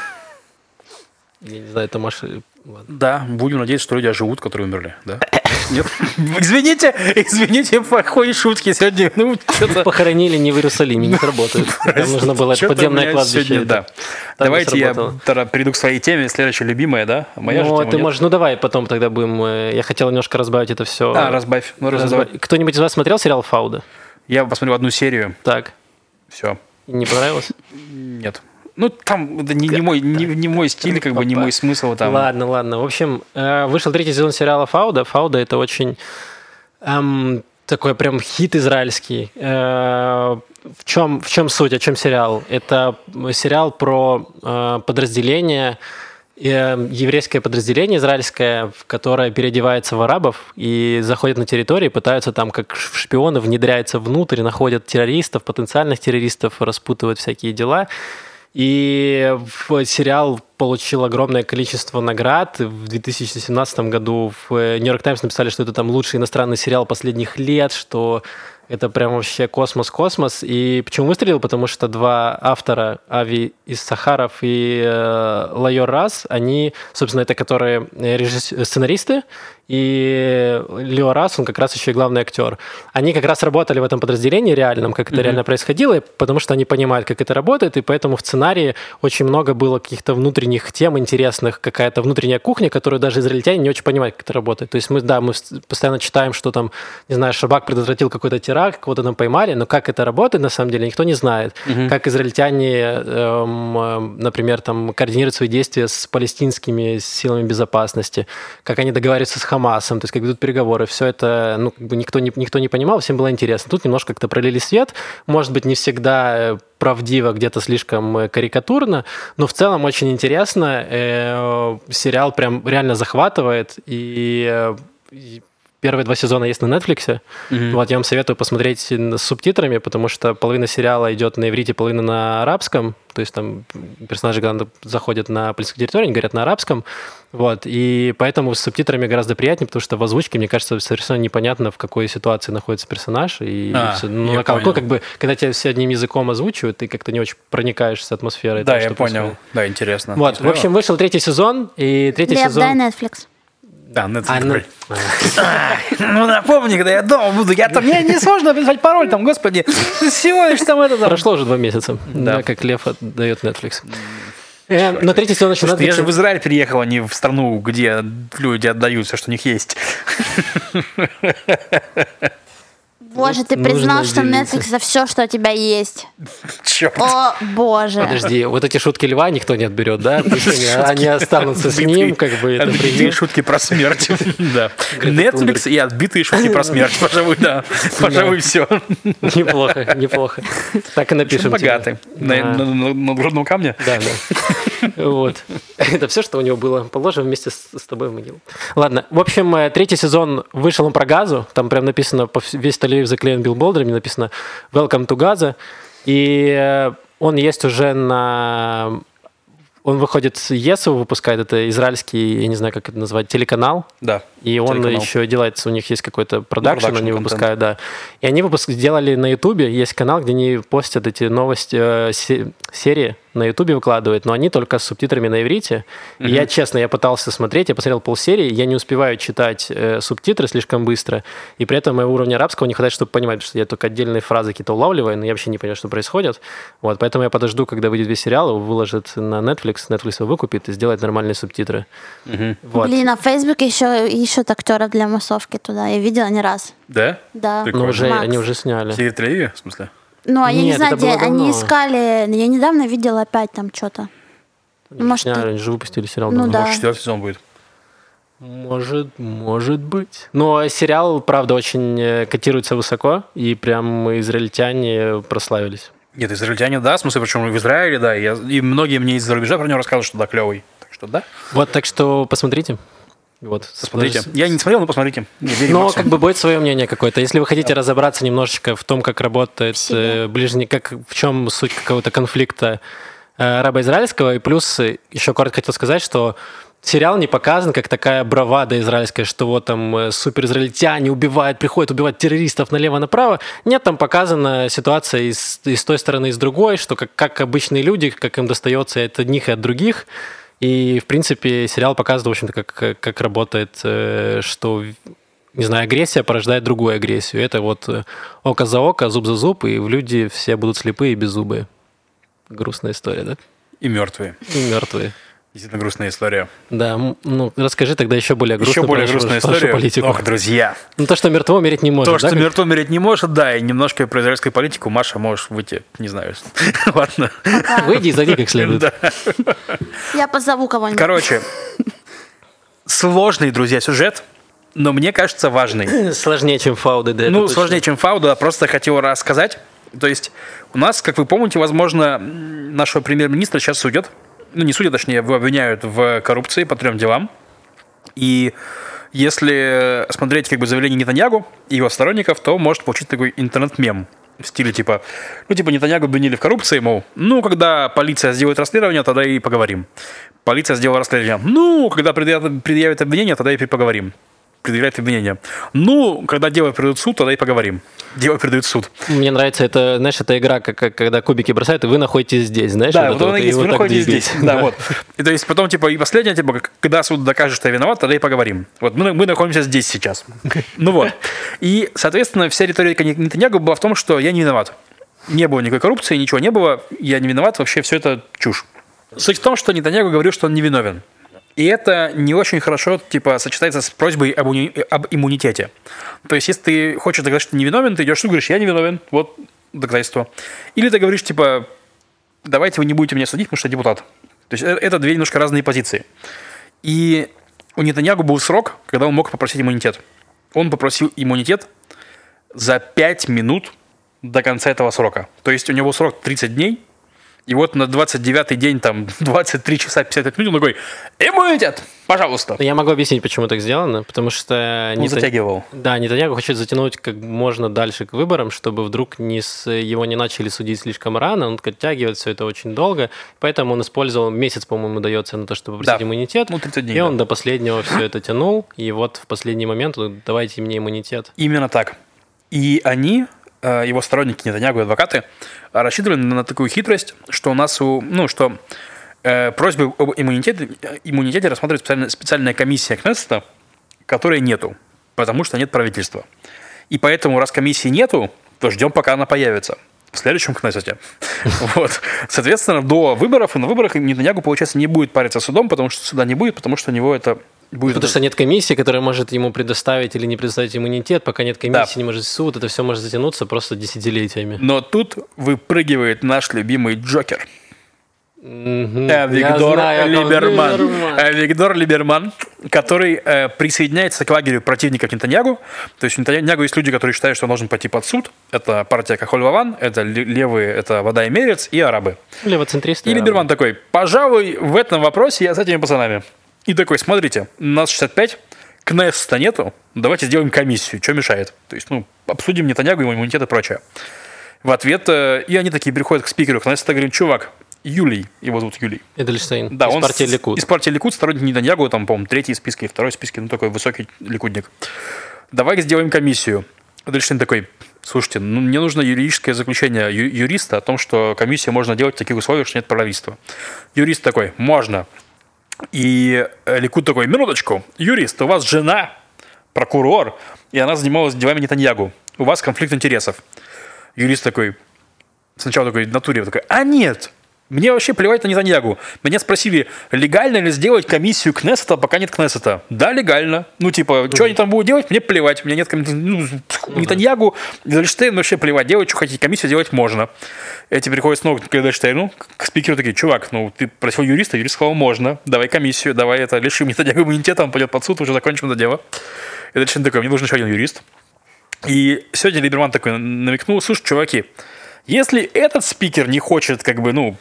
Я не знаю, это Маша... Ладно. Да, будем надеяться, что люди оживут, которые умерли, да? Нет? Извините, плохой шутки сегодня. Что-то похоронили не в Иерусалиме, не сработает. Там нужно было подземное кладбище. Да. Давайте я тогда перейду к своей теме, следующая любимая, да? Моя же тема. Ты можешь, давай потом тогда будем... Я хотел немножко разбавить это все. Разбавь. Кто-нибудь из вас смотрел сериал «Фауда»? Я посмотрел одну серию. Так. Все. Не понравилось? Нет. Там это не мой стиль, как бы не мой смысл. Там. Ладно. В общем, вышел 3-й сезон сериала «Фауда». «Фауда» — это очень такой прям хит израильский. В чем суть, о чем сериал? Это сериал про подразделение, еврейское подразделение израильское, которое переодевается в арабов и заходит на территории, пытаются там как шпионы, внедряются внутрь, находят террористов, потенциальных террористов, распутывают всякие дела. И сериал получил огромное количество наград. В 2017 году в «Нью-Йорк Таймс» написали, что это там лучший иностранный сериал последних лет, что это прям вообще космос-космос. И почему выстрелил? Потому что два автора, Ави Иссахаров и Лайор Рас, они, собственно, это которые сценаристы, и Лео Рас, он как раз еще и главный актер. Они как раз работали в этом подразделении реальном, как это реально происходило, потому что они понимают, как это работает, и поэтому в сценарии очень много было каких-то внутренних тем интересных, какая-то внутренняя кухня, которую даже израильтяне не очень понимают, как это работает. То есть мы постоянно читаем, что там, не знаю, Шабак предотвратил какой-то теракт, кого-то там поймали, но как это работает на самом деле, никто не знает. Как израильтяне, например, там координируют свои действия с палестинскими силами безопасности, как они договариваются с Хамасом, то есть как ведут переговоры, все это, ну, как бы никто не понимал, всем было интересно. Тут немножко как-то пролили свет, может быть, не всегда правдиво, где-то слишком карикатурно, но в целом очень интересно. Сериал прям реально захватывает, и первые 2 сезона есть на Netflix. Вот, я вам советую посмотреть с субтитрами, потому что половина сериала идет на иврите, половина на арабском. То есть там персонажи, когда заходят на палестинскую территорию, они говорят на арабском. Вот, и поэтому с субтитрами гораздо приятнее, потому что в озвучке, мне кажется, совершенно непонятно, в какой ситуации находится персонаж. И как бы, когда тебя все одним языком озвучивают, ты как-то не очень проникаешься атмосферой. Да, я понял. Да, интересно. Вот, в общем, вышел 3-й сезон, и 3-й сезон... дай Netflix. Да, Netflix. Ну, напомни, когда я дома буду. Мне не сложно написать пароль там, господи. Всего лишь там это... Прошло уже 2 месяца, да, как Лев отдает Netflix. Но 3-й сезон еще надо... Я же в Израиль приехал, а не в страну, где люди отдают все, что у них есть. Боже, ты признал, что Netflix за все, что у тебя есть. Черт. О, боже. Подожди, вот эти шутки Льва никто не отберет, да? Они останутся с ним, как бы... Отбитые шутки про смерть. Да. Netflix и отбитые шутки про смерть. Пожалуй, да. Пожалуй, все. Неплохо. Так и напишем. Богатый. На грудном камне? Да. Вот. Это все, что у него было. Положим вместе с тобой в могилу. Ладно. В общем, 3-й сезон вышел он про Газу. Там прям написано, весь Тель-Авив заклеен билбордами, написано «Welcome to Gaza». И он есть уже на... Он выходит, ЕСУ выпускает, это израильский, я не знаю, как это назвать, телеканал. Да. И он еще делается, у них есть какой-то продакшн, они выпускают, да. И они сделали на Ютубе, есть канал, где они постят эти новости, серии на Ютубе выкладывают, но они только с субтитрами на иврите. И я, честно, я пытался смотреть, я посмотрел полсерии, я не успеваю читать субтитры слишком быстро, и при этом моего уровня арабского не хватает, чтобы понимать, потому что я только отдельные фразы какие-то улавливаю, но я вообще не понимаю, что происходит. Вот, поэтому я подожду, когда выйдет весь сериал, его выложат на Netflix его выкупит и сделает нормальные субтитры. Вот. Блин, на Фейсбуке еще ищут актеров для массовки туда. Я видела не раз. Да? Да. Но они уже сняли. Среди Тель-Авиве, в смысле? Ну, а я не Нет, знаю, это было где они давно. искали. Я недавно видела опять там что-то. Может, Они же выпустили сериал. Ну давно. да. 4-й сезон будет. Может быть. Но сериал, правда, очень котируется высоко, и прям израильтяне прославились. Нет, израильтяне, да, в смысле, причем в Израиле, да, и многие мне из-за рубежа про него рассказывают, что да, клевый. Так что да. Вот, так что посмотрите. Вот, Посмотрите. Я не смотрел, но посмотрите. Но как бы будет свое мнение какое-то. Если вы хотите разобраться немножечко в том, как работает ближний, в чем суть какого-то конфликта арабо-израильского, и плюс еще коротко хотел сказать, что сериал не показан как такая бравада израильская, что вот там суперизраильтяне приходят убивать террористов налево-направо. Нет, там показана ситуация и с той стороны, и с другой, что как обычные люди, как им достается и от одних, и от других. И, в принципе, сериал показывает, в общем-то, как работает, что, не знаю, агрессия порождает другую агрессию. Это вот око за око, зуб за зуб, и люди все будут слепые и беззубые. Грустная история, да? И мертвые. И мертвые. Действительно грустная история. Да, ну расскажи тогда еще более грустную, грустная история. Политику. Ох, друзья. Ну то, что мертво умереть не может. То, что мертво умереть не может, да, и немножко про израильскую политику. Маша, можешь выйти, не знаю. Ладно. Выйди и зайди как следует. я позову кого-нибудь. Короче, сложный, друзья, сюжет, но мне кажется важный. Сложнее, чем Фауды, да. Ну, сложнее, чем Фауда, просто хотел рассказать. То есть у нас, как вы помните, возможно, нашего премьер-министра сейчас судят. Ну, не судят, точнее, его обвиняют в коррупции по 3 делам. И если смотреть как бы заявление Нетаньягу и его сторонников, то может получить такой интернет-мем. в стиле типа, Нетаньягу обвинили в коррупции, мол, когда полиция сделает расследование, тогда и поговорим. Полиция сделала расследование. Когда предъявят обвинение, тогда и поговорим. Предъявляет обвинение. Когда дело придет в суд, тогда и поговорим. Дело придет в суд. Мне нравится, это, знаешь, эта игра, когда кубики бросают, и вы находитесь здесь, знаешь? Да, вот она есть, вы находитесь здесь. Да, вот. И то есть потом, и последнее, когда суд докажет, что я виноват, тогда и поговорим. Вот мы находимся здесь сейчас. И, соответственно, вся риторика Нетаньягу была в том, что я не виноват. Не было никакой коррупции, ничего не было, я не виноват, вообще все это чушь. Суть в том, что Нетаньягу говорил, что он не виновен. И это не очень хорошо, сочетается с просьбой об иммунитете. То есть, если ты хочешь доказать, что ты не виновен, ты идешь в суд и говоришь, я не виновен, вот доказательство. Или ты говоришь, давайте вы не будете меня судить, потому что я депутат. То есть, это две немножко разные позиции. И у Нетаньягу был срок, когда он мог попросить иммунитет. Он попросил иммунитет за 5 минут до конца этого срока. То есть, у него срок 30 дней, и вот на 29-й день, 23 часа 55 минут, он такой, иммунитет, пожалуйста. Я могу объяснить, почему так сделано, потому что... Он затягивал. Да, Нетаньягу хочет затянуть как можно дальше к выборам, чтобы вдруг его не начали судить слишком рано, он оттягивает все это очень долго, поэтому он использовал, месяц, по-моему, дается на то, чтобы попросить иммунитет, 30 дней, и он до последнего все это тянул, и вот в последний момент, давайте мне иммунитет. Именно так. И они... его сторонники, Нетаньягу и адвокаты, рассчитывали на такую хитрость, что у нас, просьбы об иммунитете рассматривает специальная комиссия Кнессета, которой нету, потому что нет правительства. И поэтому, раз комиссии нету, то ждем, пока она появится в следующем Кнессете. Вот. Соответственно, до выборов, и на выборах Нетаньягу, получается, не будет париться судом, потому что суда не будет, потому что у него это... Потому что нет комиссии, которая может ему предоставить или не предоставить иммунитет, пока нет комиссии, не может суд, это все может затянуться просто десятилетиями. Но тут выпрыгивает наш любимый Джокер. Виктор Либерман, который присоединяется к лагерю противников Нетаньягу. То есть у Нетаньягу есть люди, которые считают, что он должен пойти под суд. Это партия Кахоль-Лаван, это левые, это Вода и Мерец и арабы. Левоцентристы. И Либерман такой, пожалуй, в этом вопросе я с этими пацанами. И такой, смотрите, нас 65, Кнессета нету, давайте сделаем комиссию, что мешает? То есть, обсудим Нетаньягу, его иммунитет и прочее. В ответ, и они такие приходят к спикеру Кнессета и говорят, чувак, Юлий, его зовут Юлий. Эдельштейн, да, из он партии Ликуд. Из партии Ликуд, сторонник Нетаньягу, по-моему, третий в списке, второй в списке, такой высокий ликудник. Давай сделаем комиссию. Эдельштейн такой, слушайте, мне нужно юридическое заключение юриста о том, что комиссию можно делать в таких условиях, что нет правительства. Юрист такой, можно. И Ликуд такой, минуточку, юрист, у вас жена прокурор, и она занималась делами Нетаньягу. У вас конфликт интересов. Юрист такой, сначала такой, натуре, такой, нет, мне вообще плевать на Нетаньягу. Меня спросили, легально ли сделать комиссию Кнессета, пока нет Кнессета. Да, легально. Что они там будут делать, мне плевать. У меня нет Нетаньягу, Эдельштейн вообще плевать. Делать, что хотите, комиссию делать можно. Эти приходят снова к Эдельштейну, к спикеру такие, чувак, ты просил юриста, юрист сказал, можно. Давай комиссию, давай лишим Нетаньягу иммунитета, он пойдет под суд, уже закончим это дело. Эдельштейн такой, мне нужен еще один юрист. И сегодня Либерман такой намекнул, слушай, чуваки, если этот спикер не хочет, то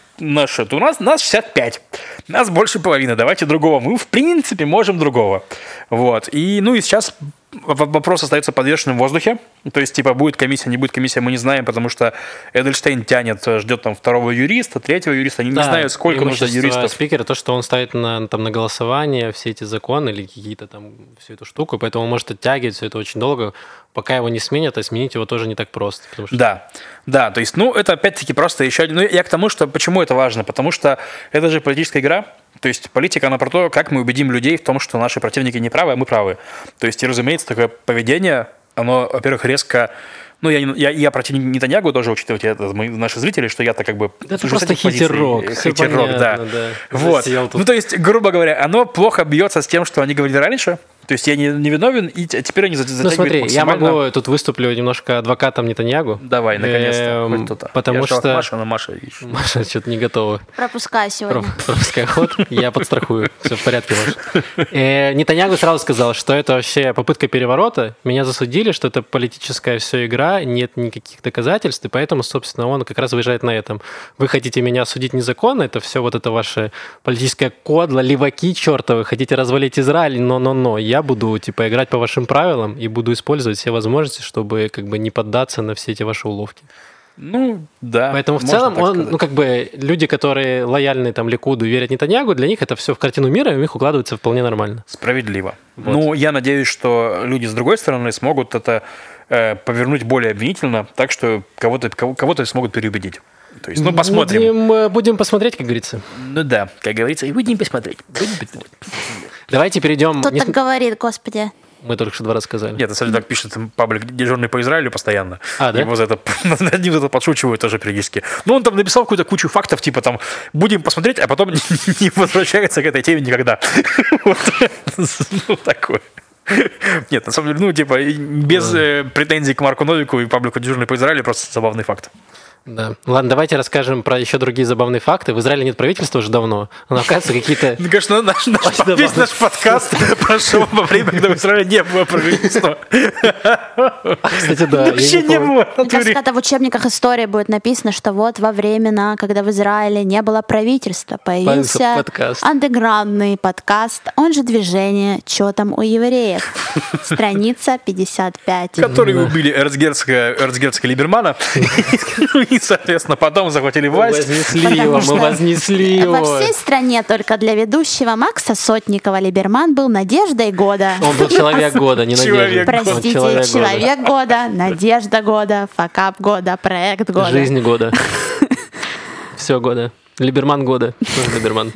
у нас 65. Нас больше половины. Давайте другого. Мы, в принципе, можем другого. Вот. И сейчас вопрос остается подвешенным в воздухе. То есть, будет комиссия, не будет комиссия, мы не знаем, потому что Эдельштейн тянет, ждет второго юриста, третьего юриста. Они не знают, сколько нужно юристов. Спикера, то, что он ставит на голосование все эти законы или какие-то всю эту штуку, поэтому он может оттягивать все это очень долго, пока его не сменят, а сменить его тоже не так просто. Да, то есть, это опять-таки просто еще один... я к тому, что почему это важно, потому что это же политическая игра. То есть политика, она про то, как мы убедим людей в том, что наши противники не правы, а мы правы. То есть, и, разумеется, такое поведение, оно, во-первых, резко... я противник Нетаньягу тоже, учитывать это наши зрители, что я-то Это просто хитеррок. Хитеррок, да. Вот. То есть, грубо говоря, оно плохо бьется с тем, что они говорили раньше. То есть я не виновен, и теперь они затягивают смотри, максимально. Я могу тут выступлю немножко адвокатом Нетаньягу. Давай, наконец-то, хоть кто-то. Потому что... Маша. Маша что-то не готова. Пропускаю сегодня. Пропускай ход, я подстрахую. Все в порядке, Маша. Нетаньягу сразу сказал, что это вообще попытка переворота. Меня засудили, что это политическая все игра, нет никаких доказательств, и поэтому, собственно, он как раз выезжает на этом. Вы хотите меня судить незаконно, это все это ваше политическое кодло, леваки чертовы, хотите развалить Израиль, но. я буду, типа, играть по вашим правилам и буду использовать все возможности, чтобы, как бы, не поддаться на все эти ваши уловки. Ну, да. Поэтому в можно целом, так сказать. ну, как бы, люди, которые лояльны там Ликуду и верят Нетаньягу, для них это все в картину мира, и у них укладывается вполне нормально. Справедливо. Вот. Ну, я надеюсь, что люди с другой стороны смогут это повернуть более обвинительно, так что кого-то смогут переубедить. То есть, ну, посмотрим. Будем посмотреть, как говорится. Ну да, как говорится, и будем посмотреть. Давайте перейдем... Кто так говорит, господи? Мы только что 2 раза сказали. Нет, на самом деле так пишет паблик «Дежурный по Израилю» постоянно. А, да? Его за это, над ним за это подшучивают тоже периодически. Ну, он там написал какую-то кучу фактов, типа там «будем посмотреть», а потом не возвращается к этой теме никогда. Вот такое. Нет, на самом деле, ну, типа, без претензий к Марку Новику и паблику «Дежурный по Израилю», просто забавный факт. Да. Ладно, давайте расскажем про еще другие забавные факты. В Израиле нет правительства уже давно, но, оказывается, какие-то... Мне кажется, весь наш подкаст прошел во время, когда в Израиле не было правительства. Кстати, да. Вообще не было. Мне кажется, когда в учебниках истории будет написано, что вот во времена, когда в Израиле не было правительства, появился подкаст. андеграундный подкаст, он же движение «Чё там у евреев?». Страница 55. Которые убили эрцгерцога Либермана. И, соответственно, потом захватили власть. Мы вознесли его. Во всей стране только для ведущего Макса Сотникова Либерман был надеждой года. Он был человек года, не Человек надежда. Он Простите, человек года. человек года, надежда года, факап года, проект года. Жизнь года. Все года. Либерман года. Тоже Либерман.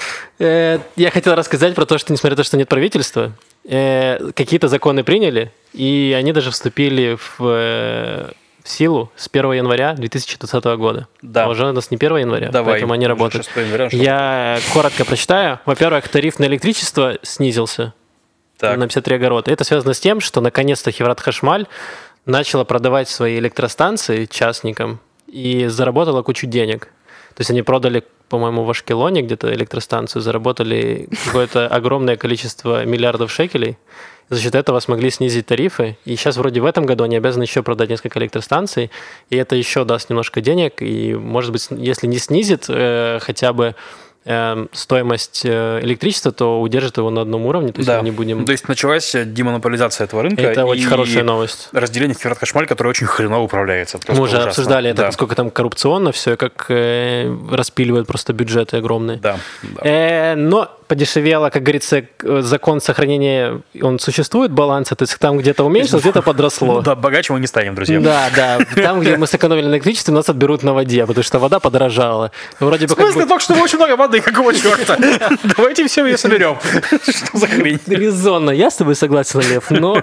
Я хотел рассказать про то, что, несмотря на то, что нет правительства, какие-то законы приняли, и они даже вступили в силу с 1 января 2020 года. Да. А уже у нас не 1 января, Давай. поэтому они Уже работают. 6 января, что Я коротко прочитаю. Во-первых, тариф на электричество снизился Так. на 53 огорода. Это связано с тем, что наконец-то Хеврат Хашмаль начала продавать свои электростанции частникам и заработала кучу денег. То есть они продали, по-моему, в Ашкелоне где-то электростанцию, заработали какое-то огромное количество миллиардов шекелей. За счет этого смогли снизить тарифы. И сейчас вроде в этом году они обязаны еще продать несколько электростанций. И это еще даст немножко денег. И, может быть, если не снизит хотя бы стоимость электричества, то удержит его на одном уровне. То есть Да. мы не будем... То есть началась демонополизация этого рынка. Это очень и хорошая новость. Разделение Хеврат Хашмаль, которое очень хреново управляется. Мы уже ужасно. обсуждали это, Да. насколько там коррупционно все, как распиливают просто бюджеты огромные. Да. Да. Но подешевело, как говорится, закон сохранения, он существует, баланса, то есть там где-то уменьшилось, где-то подросло. Ну да, богаче мы не станем, друзья. Да, да. Там, где мы сэкономили на электричестве, нас отберут на воде, потому что вода подорожала. Вроде В бы как смысле, бы... только что очень много воды, какого черта? Давайте все ее соберем. Что за хрень? Резонно, я с тобой согласен, Лев, но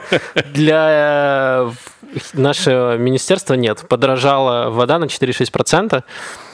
для нашего министерства нет. Подорожала вода на 4,6%.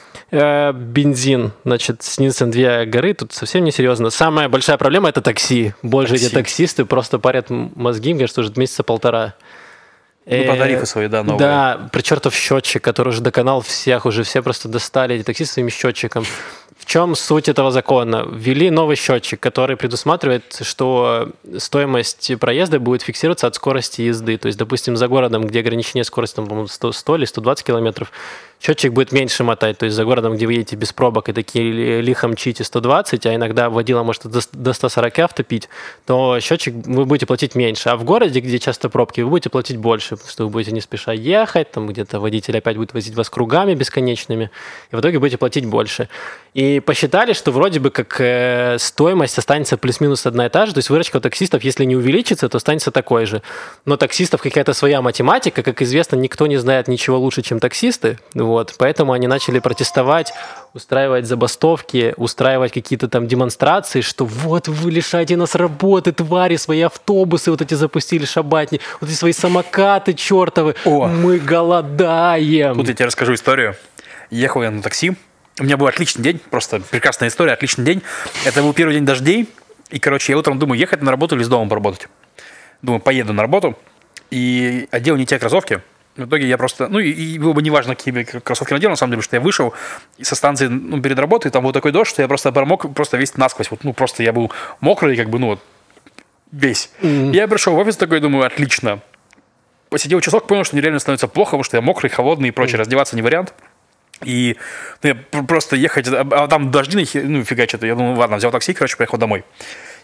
Бензин, значит, снизился на 2 горы, тут совсем не серьезно. Самая большая проблема – это такси. Больше эти таксисты просто парят мозги, мне кажется, уже месяца 1,5. Ну, по тарифы свои, да, новые. Да, про чертов счетчик, который уже доконал всех, уже все просто достали эти таксисты своим счетчиком. В чем суть этого закона? Ввели новый счетчик, который предусматривает, что стоимость проезда будет фиксироваться от скорости езды. То есть, допустим, за городом, где ограничение скорости, там, по-моему, 100 или 120 километров, счетчик будет меньше мотать. То есть за городом, где вы едете без пробок и такие лихо мчите 120, а иногда водила может до 140 автопить, то счетчик вы будете платить меньше. А в городе, где часто пробки, вы будете платить больше, потому что вы будете не спеша ехать, там где-то водитель опять будет возить вас кругами бесконечными, и в итоге будете платить больше. И посчитали, что вроде бы как стоимость останется плюс-минус одна и та же, то есть выручка у таксистов, если не увеличится, то останется такой же. Но таксистов какая-то своя математика, как известно, никто не знает ничего лучше, чем таксисты, вот, поэтому они начали протестовать, устраивать забастовки, устраивать какие-то там демонстрации, что вот вы лишаете нас работы, твари, свои автобусы вот эти запустили шабатни, вот эти свои самокаты чертовы, мы голодаем. Тут я тебе расскажу историю. Ехал я на такси, у меня был отличный день, просто прекрасная история, отличный день. Это был первый день дождей, и, короче, я утром думаю, ехать на работу или с дома поработать. Думаю, поеду на работу, и одел не те кроссовки. В итоге я просто, ну и было бы неважно, какие кроссовки надел, на самом деле, потому что я вышел со станции перед работой, там был такой дождь, что я просто промок просто весь насквозь. Вот, просто я был мокрый, как бы, весь. Я пришел в офис такой, думаю, отлично. Посидел часок, понял, что нереально становится плохо, потому что я мокрый, холодный и прочее, раздеваться не вариант. И я просто ехать, а там дожди, фигачат. Я думаю, ладно, взял такси, короче, поехал домой.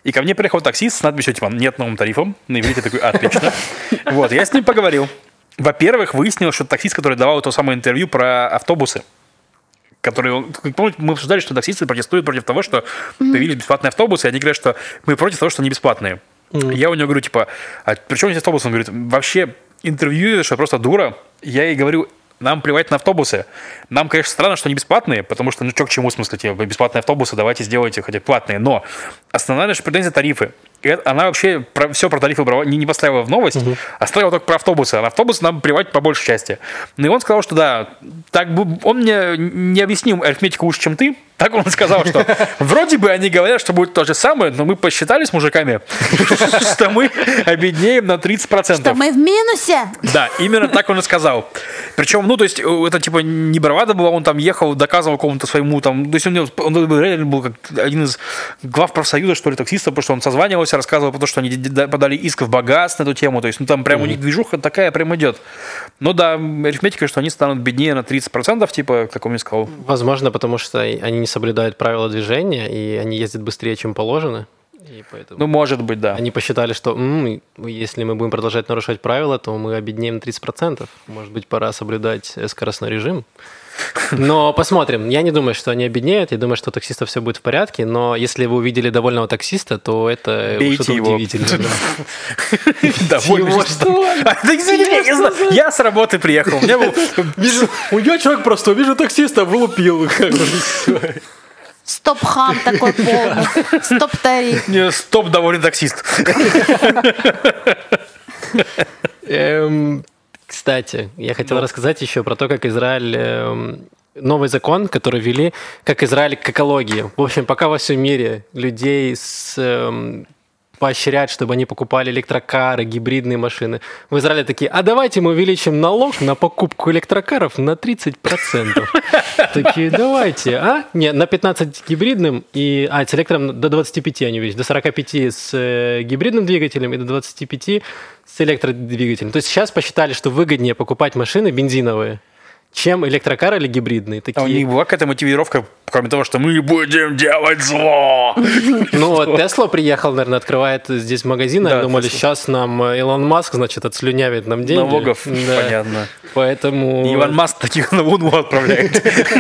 И ко мне приехал таксист с надписью, типа, нет новым тарифом. На иврите такой, отлично. Вот, я с ним поговорил. Во-первых, выяснилось, что таксист, который давал то самое интервью про автобусы, которые, помните, мы обсуждали, что таксисты протестуют против того, что появились бесплатные автобусы, и они говорят, что мы против того, что они бесплатные. Я у него говорю, типа, а при чем здесь автобус? Он говорит, вообще интервью, что просто дура. Я ей говорю, нам плевать на автобусы. Нам, конечно, странно, что они бесплатные, потому что, ну, что к чему, в смысле, типа, бесплатные автобусы, давайте сделайте хотя бы платные. Но основная наша претензия — тарифы. И она вообще все про тарифы не поставила в новость, а ставила только про автобусы. А на автобусы нам плевать по большей части. Ну и он сказал, что да, так бы он мне не объяснил арифметику лучше, чем ты. Так он сказал, что вроде бы они говорят, что будет то же самое, но мы посчитали с мужиками, что мы обеднеем на 30%. Что мы в минусе? Да, именно так он и сказал. Причем, ну, то есть, это типа не бравада была, он там ехал, доказывал какому-то своему там... То есть, он реально был как один из глав профсоюза, что ли, таксистов, потому что он созванивался, рассказывал про то, что они подали иск в БАГАС на эту тему. То есть, ну, там прям у них движуха такая прям идет. Ну да, арифметика, что они станут беднее на 30%, типа, как он мне сказал. Возможно, потому что они не соблюдают правила движения, и они ездят быстрее, чем положено. И поэтому Ну, может быть, да. они посчитали, что если мы будем продолжать нарушать правила, то мы обеднеем на 30%. Может быть, пора соблюдать скоростной режим. Но посмотрим. Я не думаю, что они обеднеют. Я думаю, что у таксистов все будет в порядке. Но если вы увидели довольного таксиста, то это что-то удивительное. Довольно. Извини, я не знаю. Я с работы приехал. У меня был... Я человек простой, вижу таксиста, вылупил. Стоп-хам такой полный. Стоп-тариф. Стоп, довольный таксист. Кстати, я хотел рассказать еще про то, как Израиль... Новый закон, который ввели, как Израиль к экологии. В общем, пока во всем мире людей поощрять, чтобы они покупали электрокары, гибридные машины. В Израиле такие, а давайте мы увеличим налог на покупку электрокаров на 30%. Такие, давайте, а? Нет, на 15 гибридным, с электром до 25 они увеличили, до 45 с гибридным двигателем и до 25 с электродвигателем. То есть сейчас посчитали, что выгоднее покупать машины бензиновые, чем электрокар или гибридный. А у них была какая-то мотивировка, кроме того, что мы будем делать зло? Ну вот Тесла приехал, наверное, открывает здесь магазин, они думали, сейчас нам Илон Маск, значит, отслюнявит нам деньги. Налогов, понятно. Поэтому... Илон Маск таких на Луну отправляет.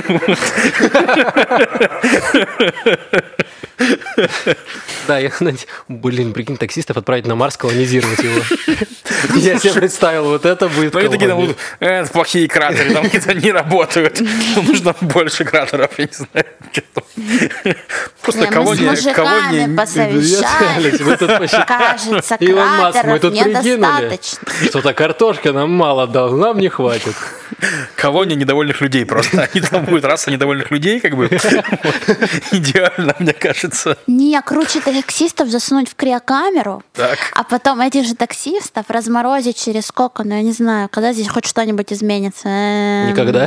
Да, прикинь, таксистов отправить на Марс, колонизировать его. Я себе представил, вот это будет колония. Это плохие кратеры, там какие-то не работают. Нужно больше кратеров, я не знаю. Просто колония... Мы с мужиками посовещались. Кажется, кратеров недостаточно. Что-то картошка нам мало дал, нам не хватит. Колония недовольных людей просто. Они там будут раса недовольных людей, как бы. Идеально, мне кажется. Не, круче таксистов засунуть в криокамеру, а потом этих же таксистов разморозить через сколько, ну я не знаю, когда здесь хоть что-нибудь изменится. Никогда?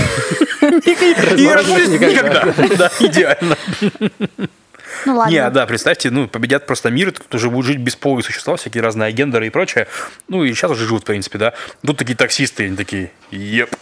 Никогда. Да, идеально. Ну ладно. Не, да, представьте, победят просто мир, тут уже будут жить бесполые существа, всякие разные агендеры и прочее. Ну и сейчас уже живут, в принципе, да. Тут такие таксисты, они такие, епт.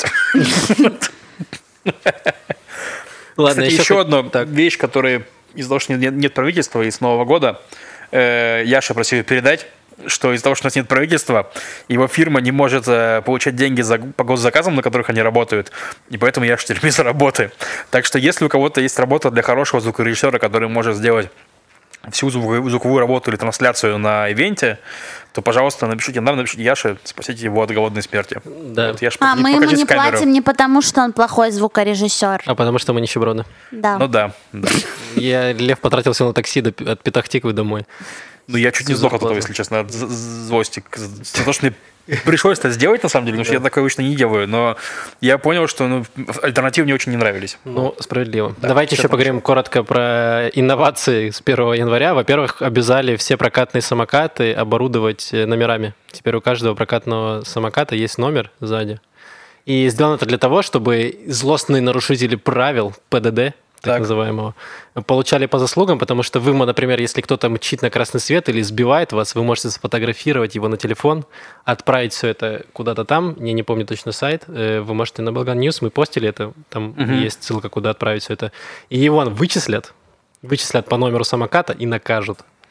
Ладно, еще одна вещь, которая из-за того, что нет правительства и с Нового года, Яша просил передать, что из-за того, что у нас нет правительства, его фирма не может получать деньги по госзаказам, на которых они работают, и поэтому я терпи за работы. Так что если у кого-то есть работа для хорошего звукорежиссера, который может сделать всю звуковую работу или трансляцию на ивенте, то, пожалуйста, напишите нам, напишите Яше, спасите его от голодной смерти. Да. Вот, Яша, мы ему не платим не потому, что он плохой звукорежиссер. А потому что мы нищеброды. Да. Ну да. Лев потратился на такси от Петахтиквы домой. Ну, я чуть не сдох от этого, если честно, от злости. За то, что мне пришлось это сделать, на самом деле, потому что я такое обычно не делаю. Но я понял, что альтернативы мне очень не нравились. Ну, справедливо. Да, давайте еще поговорим коротко про инновации с 1 января. Во-первых, обязали все прокатные самокаты оборудовать номерами. Теперь у каждого прокатного самоката есть номер сзади. И сделано это для того, чтобы злостные нарушители правил ПДД, так называемого, получали по заслугам, потому что вы, например, если кто-то мчит на красный свет или сбивает вас, вы можете сфотографировать его на телефон, отправить все это куда-то там, я не помню точно сайт, вы можете на Болган Ньюс, мы постили это, там есть ссылка, куда отправить все это, и его вычислят по номеру самоката и накажут.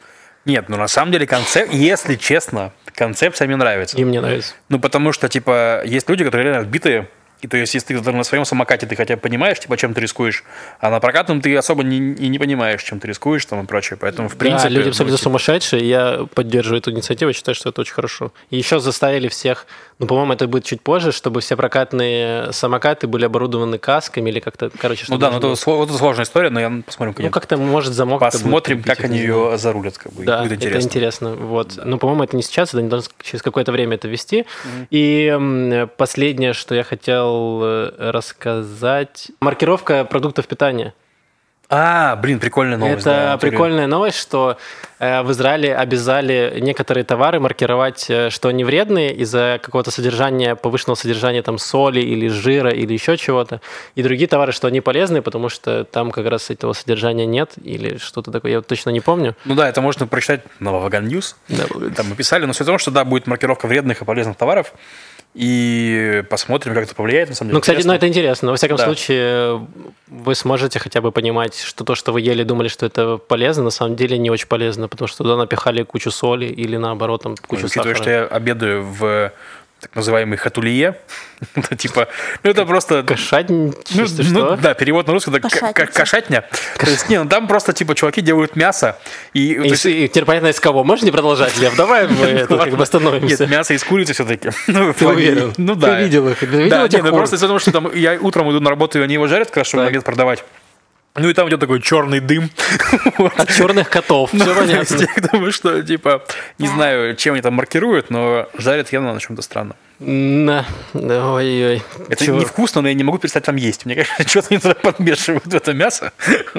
Нет, ну на самом деле если честно, концепция мне нравится. И мне нравится. Ну, потому что, типа, есть люди, которые реально отбитые. И то есть, если ты на своем самокате, ты хотя бы понимаешь, типа, чем ты рискуешь, а на прокатном ты особо не понимаешь, чем ты рискуешь там и прочее. Поэтому, в принципе... Да, люди абсолютно сумасшедшие, и я поддерживаю эту инициативу, считаю, что это очень хорошо. И еще заставили всех, ну, по-моему, это будет чуть позже, чтобы все прокатные самокаты были оборудованы касками или как-то, короче, что. Ну да, ну это сложная история, но посмотрим, Ну, как-то, может, замок... Посмотрим, как они ее зарулят, как бы. Да, будет интересно. это интересно. Вот. Да. Ну, по-моему, это не сейчас, они должны через какое-то время это вести. И последнее, что я хотел рассказать. Маркировка продуктов питания. Блин, прикольная новость. Это прикольная новость, что в Израиле обязали некоторые товары маркировать, что они вредные из-за какого-то содержания, повышенного содержания там соли или жира или еще чего-то. И другие товары, что они полезные, потому что там как раз этого содержания нет или что-то такое. Я вот точно не помню. Ну да, это можно прочитать на Vagan News. Да. Там мы писали, но все в том, что да, будет маркировка вредных и полезных товаров. И посмотрим, как это повлияет, на самом деле. Ну, кстати, это интересно. Во всяком случае, вы сможете хотя бы понимать, что то, что вы ели, думали, что это полезно, на самом деле не очень полезно, потому что туда напихали кучу соли или, наоборот, там кучу сахара. Учитывая, что я обедаю в так называемый хатулье, это типа, ну это просто... Кошатничество, что? Да, перевод на русский, это как кошатня. То есть, там просто типа чуваки делают мясо. И теперь понятно, из кого. Можешь не продолжать, Лев? Давай мы это как бы остановимся. Нет, мясо из курицы все-таки. Ты уверен? Ну да. Ты видел их? Да, нет, просто из-за того, что там я утром иду на работу, и они его жарят, как раз, чтобы на обед продавать. Ну и там идет такой черный дым. От черных котов. Все понятно. Я думаю, что, типа, не знаю, чем они там маркируют, но жарят явно на чем-то странном. Ой-ой. Это невкусно, но я не могу перестать там есть. Мне кажется, что-то они туда подмешивают в это мясо.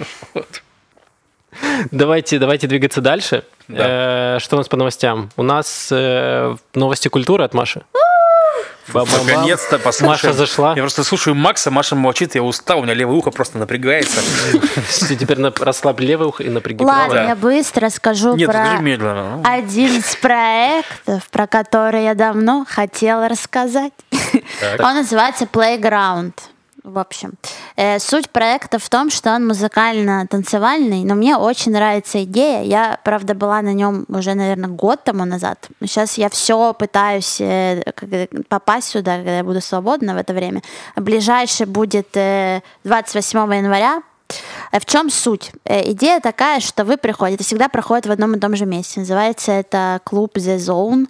Давайте двигаться дальше. Что у нас по новостям? У нас новости культуры от Маши. Наконец-то послушаем. Маша зашла. Я просто слушаю Макса, Маша молчит, я устал, у меня левое ухо просто напрягается. Теперь расслабь левое ухо и напряги правое. правое. Ладно, я быстро скажу про один из проектов, про который я давно хотела рассказать. Он называется Playground. В общем, суть проекта в том, что он музыкально-танцевальный, но мне очень нравится идея. Я, правда, была на нем уже, наверное, год тому назад. Сейчас я все пытаюсь попасть сюда, когда я буду свободна в это время. Ближайший будет 28 января. В чем суть? Идея такая, что вы приходите, это всегда проходит в одном и том же месте. Называется это клуб The Zone.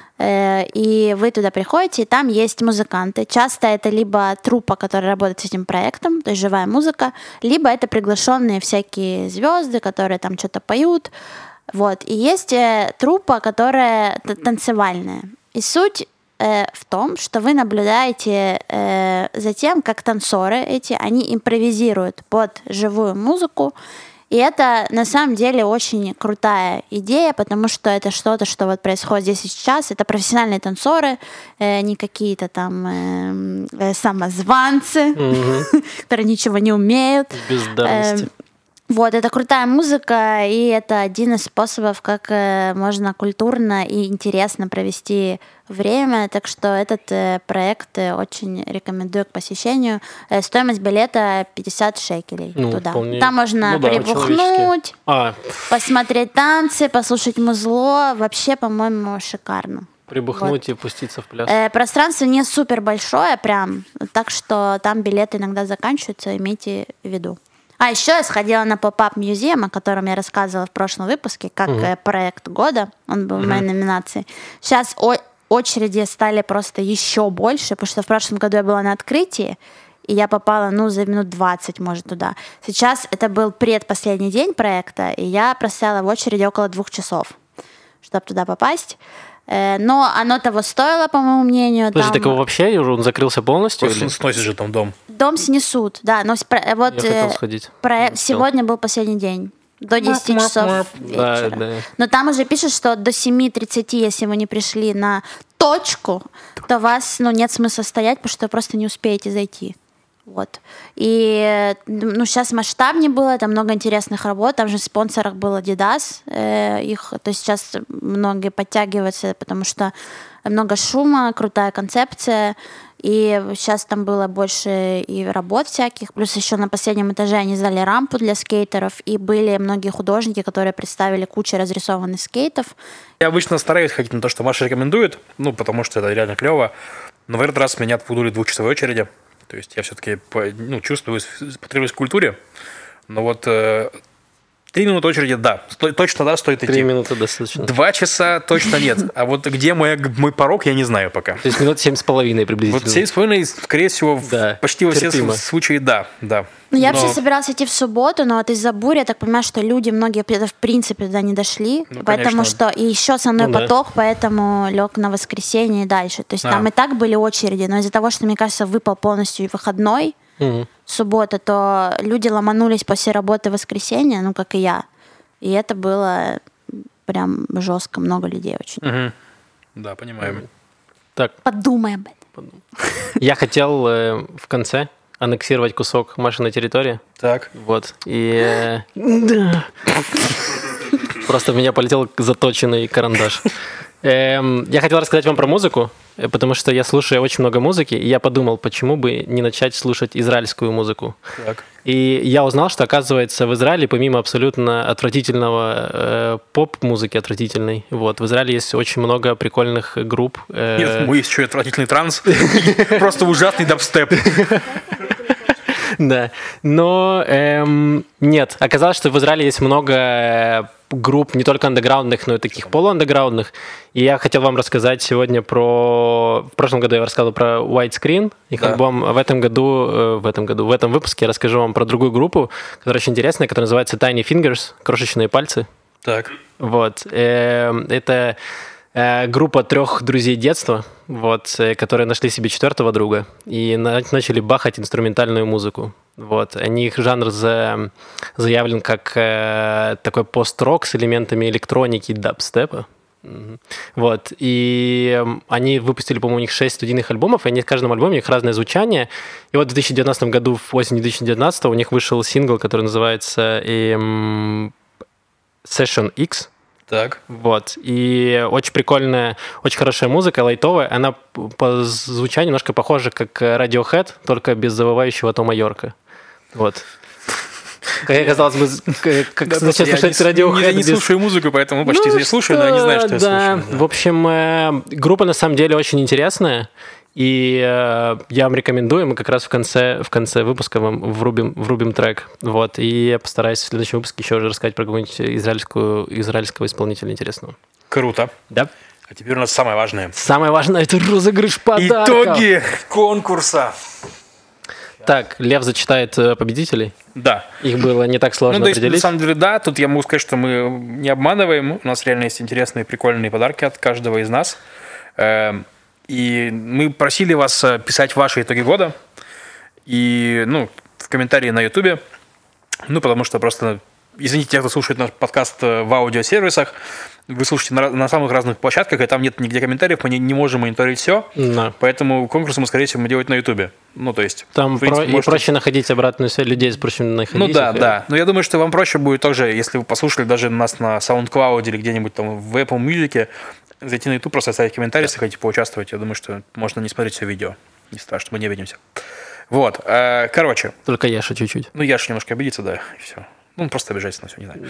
И вы туда приходите, и там есть музыканты. Часто это либо труппа, которая работает с этим проектом, то есть живая музыка, либо это приглашенные всякие звезды, которые там что-то поют. Вот. И есть труппа, которая танцевальная. И суть в том, что вы наблюдаете за тем, как танцоры эти, они импровизируют под живую музыку. И это на самом деле очень крутая идея, потому что это что-то, что вот происходит здесь и сейчас. Это профессиональные танцоры, не какие-то там самозванцы, которые ничего не умеют. Бездарности. Вот, это крутая музыка, и это один из способов, как можно культурно и интересно провести время. Так что этот проект очень рекомендую к посещению. Стоимость билета 50 шекелей туда. Вполне... Там можно прибухнуть, посмотреть танцы, послушать музло. Вообще, по-моему, шикарно. Прибухнуть и пуститься в пляс. Пространство не супер большое прям, так что там билеты иногда заканчиваются, имейте в виду. А еще я сходила на Pop-Up Museum, о котором я рассказывала в прошлом выпуске, как проект года. Он был в моей номинации. Сейчас очереди стали просто еще больше, потому что в прошлом году я была на открытии, и я попала, за минут 20, может, туда. Сейчас это был предпоследний день проекта, и я простояла в очереди около 2 часов, чтобы туда попасть. Но оно того стоило, по моему мнению. Подожди, так его вообще он закрылся полностью? Просто сносит же там дом. Дом снесут, да. Но вот я хотел сходить. Сегодня был последний день. До 10 часов вечера. Да. Но там уже пишут, что до 7:30, если вы не пришли на точку, то вас нет смысла стоять, потому что вы просто не успеете зайти. Вот. И сейчас масштабнее было, там много интересных работ, там же в спонсорах был Adidas, то есть сейчас многие подтягиваются, потому что много шума, крутая концепция, И сейчас там было больше и работ всяких. Плюс еще на последнем этаже они сделали рампу для скейтеров. И были многие художники, которые представили кучу разрисованных скейтов. Я обычно стараюсь ходить на то, что Маша рекомендует, потому что это реально клево. Но в этот раз меня отпугнули 2-часовой очереди. То есть я все-таки чувствую потребность в культуре. Но вот 3 минуты очереди, да. Точно, да, стоит идти. 3 минуты достаточно. 2 часа точно нет. А вот где мой порог, я не знаю пока. То есть минут 7,5 приблизительно. Вот 7,5, скорее всего, почти во все случаи, да. Я вообще собиралась идти в субботу, но вот из-за бури, я так понимаю, что люди, многие в принципе туда не дошли. Поэтому что... И еще со мной поток, поэтому лег на воскресенье и дальше. То есть там и так были очереди, но из-за того, что, мне кажется, выпал полностью выходной, суббота, то люди ломанулись после работы в воскресенье, как и я. И это было прям жестко, много людей очень. Да, понимаем. Так. Подумай об этом. Я хотел в конце аннексировать кусок Машиной территории. Так. Вот. И... Просто в меня полетел заточенный карандаш. Я хотел рассказать вам про музыку, потому что я слушаю очень много музыки, и я подумал, почему бы не начать слушать израильскую музыку. Так. И я узнал, что, оказывается, в Израиле, помимо абсолютно отвратительного поп-музыки, отвратительной, в Израиле есть очень много прикольных групп. Нет, есть еще и отвратительный транс, просто ужасный дабстеп. Да, но нет, оказалось, что в Израиле есть много групп не только андеграундных, но и таких полуандеграундных. И я хотел вам рассказать сегодня про... В прошлом году я рассказывал про White Screen, их альбом. В этом выпуске я расскажу вам про другую группу, которая очень интересная, которая называется Tiny Fingers, крошечные пальцы. Так. Вот. Это группа 3 друзей детства, которые нашли себе 4-го друга и начали бахать инструментальную музыку. У них жанр заявлен как такой пост-рок с элементами электроники и дабстепа. И они выпустили, по-моему, у них 6 студийных альбомов, и они в каждом альбоме у них разное звучание. И в 2019 году, в осени 2019, у них вышел сингл, который называется Session X. Так. И очень прикольная, очень хорошая музыка, лайтовая. Она по звучанию немножко похожа как Radiohead, только без завывающего Тома Йорка. Казалось бы, как зачем слушать Radiohead? Я не слушаю музыку, поэтому почти не слушаю, но я не знаю, что я слушаю. В общем, группа на самом деле очень интересная. И я вам рекомендую, мы как раз в конце выпуска вам врубим трек. И я постараюсь в следующем выпуске еще уже рассказать про какого-нибудь израильского исполнителя интересного. Круто. Да. А теперь у нас самое важное. Самое важное – это розыгрыш подарков. Итоги конкурса. Так, Лев зачитает победителей. Да. Их было не так сложно определить. На самом деле, да. Тут я могу сказать, что мы не обманываем. У нас реально есть интересные, прикольные подарки от каждого из нас. И мы просили вас писать ваши итоги года. И, в комментарии на Ютубе. Потому что просто... Извините, те, кто слушает наш подкаст в аудиосервисах, вы слушаете на самых разных площадках, и там нет нигде комментариев, мы не можем мониторить все. Да. Поэтому конкурс мы, скорее всего, делать на Ютубе. То есть... Там проще находить обратную связь, людей проще находить. Да. Но я думаю, что вам проще будет тоже, если вы послушали даже нас на SoundCloud или где-нибудь там в Apple Music, зайти на YouTube, просто оставить комментарий, если хотите поучаствовать. Я думаю, что можно не смотреть все видео. Не страшно, мы не обидимся. Короче. Только Яша чуть-чуть. Яша немножко обидится, да, и все. Он просто обижается на все, не знаю.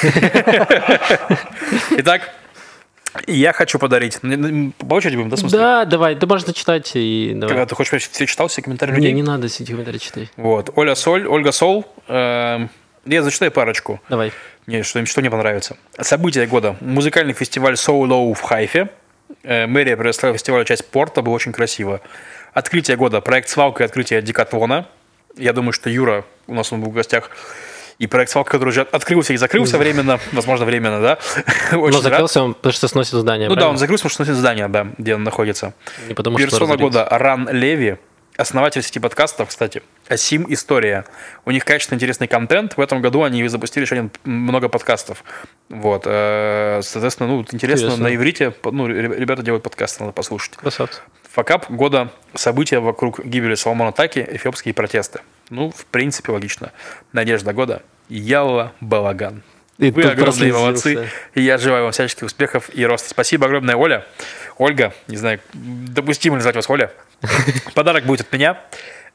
Итак, я хочу подарить. По очереди будем, да, в смысле? Да, давай, ты можешь зачитать. Когда ты хочешь, чтобы я все читал, все комментарии людей? Не надо все эти комментарии читать. Ольга Сол. Я зачитаю парочку. Давай. Что мне понравится. События года. Музыкальный фестиваль So Low в Хайфе. Мэрия предоставила фестивалю часть порта, было очень красиво. Открытие года. Проект «Свалка» и открытие Декатлона. Я думаю, что Юра, у нас он был в гостях, и проект «Свалка», который уже открылся и закрылся временно, возможно, временно, да. Но закрылся он, потому что сносит здание. Да, он закрылся, потому что сносит здание, да, где он находится. Не потому что персона года Ран Леви, основатель сети подкастов, кстати, Асим История. У них качественный, интересный контент. В этом году они запустили еще много подкастов. Соответственно, интересно, на иврите, ребята делают подкасты, надо послушать. Красавцы. Факап года. События вокруг гибели Соломона Таки, эфиопские протесты. В принципе, логично. Надежда года. Ялла Балаган. И Вы тут огромные прослезился. молодцы. И я желаю вам всяческих успехов и роста. Спасибо огромное, Оля. Ольга, не знаю, допустимо ли назвать вас Оля. Подарок будет от меня.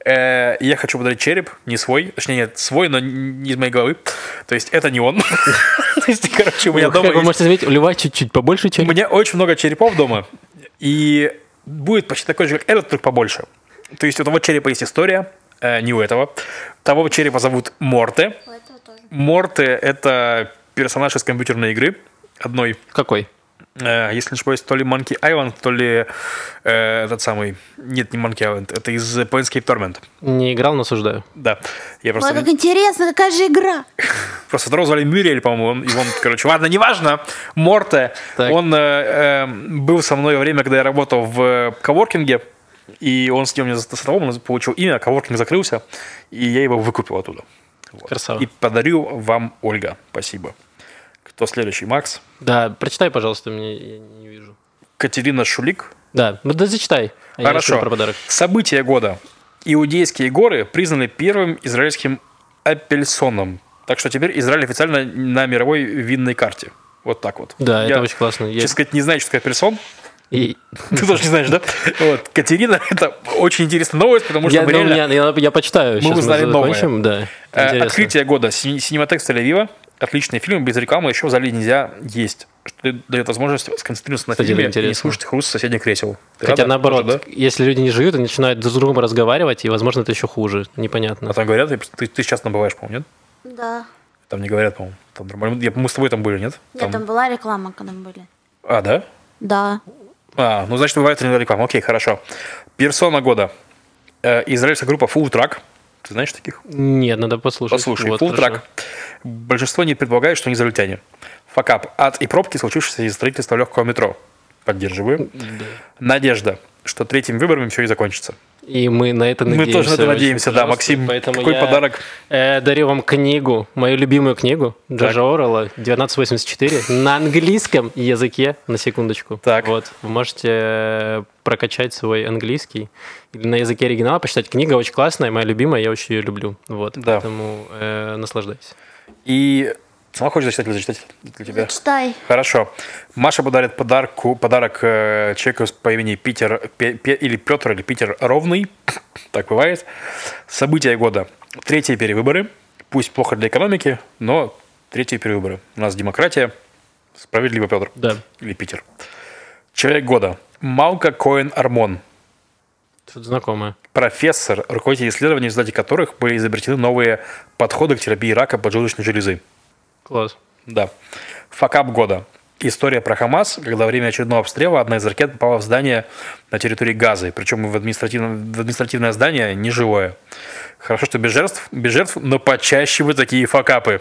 Я хочу подарить череп, не свой. Точнее, нет, свой, но не из моей головы. То есть это не он. То есть, короче, у меня дома Как вы есть... можете заметить, у Льва чуть-чуть побольше У череп. меня очень много черепов дома. И будет почти такой же, как этот, только побольше. То есть у того черепа есть история, не у этого. Того черепа зовут Морте. Морте — это персонаж из компьютерной игры одной. Какой? Если не ошибаюсь, то ли Monkey Island, то ли этот самый... Нет, не Monkey Island, это из Planescape Torment. Не играл, но осуждаю. Да. Я Ой, просто... как интересно, какая же игра. Просто второго звали Мюриэль, по-моему, и он, короче, ладно, неважно. Морте, Так. он был со мной во время, когда я работал в коворкинге, и он с ним мне знакомым, он получил имя, коворкинг закрылся, и я его выкупил оттуда. Вот. Красава. И подарю вам, Ольга. Спасибо. Кто следующий? Макс? Да, прочитай, пожалуйста, мне я не вижу. Катерина Шулик. Да, ну да зачитай. А я расскажу Хорошо. про подарок. События года. Иудейские горы признаны первым израильским апельсоном. Так что теперь Израиль официально на мировой винной карте. Вот так вот. Да, Я, это очень классно. Я- честно сказать, не знаю, что такое апельсон. и- Ты тоже не знаешь, да? Вот. Катерина, это очень интересная новость, потому что Я, мы ну, реально... я почитаю. Сейчас узнали мы новое. закончим. Да, интересно. Открытие года. Синематек Тель-Авива. Отличный фильм. Без рекламы еще в зале нельзя есть. Что дает возможность сконцентрироваться на Кстати, фильме и интересно. не слушать хруст соседних кресел. Ты Хотя рада? наоборот, Тоже, да? если люди не живут, они начинают друг с другом разговаривать, и, возможно, это еще хуже. Непонятно. А там говорят, ты сейчас там бываешь, по-моему, нет? Да. Там не говорят, по-моему. Там нормально. Мы с тобой там были, нет? Нет, там была реклама, когда мы были. А, да? Да. Ну, значит, бывает реклама. Окей, хорошо. Персона года. Израильская группа Full Track. Ты знаешь таких? Нет, надо послушать. Послушай, Вот, Full хорошо. Track. Большинство не предполагает, что они израильтяне. Факап. Ад и пробки, случившиеся из строительства легкого метро. Поддерживаю. Надежда, что третьим выбором все и закончится. И мы на это Мы надеемся. тоже на это очень, надеемся, да. пожалуйста. Максим, Поэтому какой я, подарок? дарю вам книгу, мою любимую книгу Джорджа Оруэлла 1984 на английском языке, на секундочку. Так. Вот, вы можете прокачать свой английский или на языке оригинала почитать. Книга очень классная, моя любимая, я очень ее люблю. Вот, Да. поэтому наслаждайтесь. И сама хочешь зачитать или зачитать для тебя? Читай. Хорошо. Маша подарит подарок человеку по имени Питер или Петр, или Питер Ровный. Так бывает. События года. Третьи перевыборы. Пусть плохо для экономики, но третьи перевыборы. У нас демократия. Справедливо, Петр. Да. Или Питер. Человек года. Малка Коэн Армон. Что-то знакомое. Профессор, руководитель исследований, в результате которых были изобретены новые подходы к терапии рака поджелудочной железы. Класс. Да. Факап года. История про Хамас, когда во время очередного обстрела одна из ракет попала в здание на территории Газы, причем в административное здание нежилое. Хорошо, что без жертв, но почаще вы такие факапы.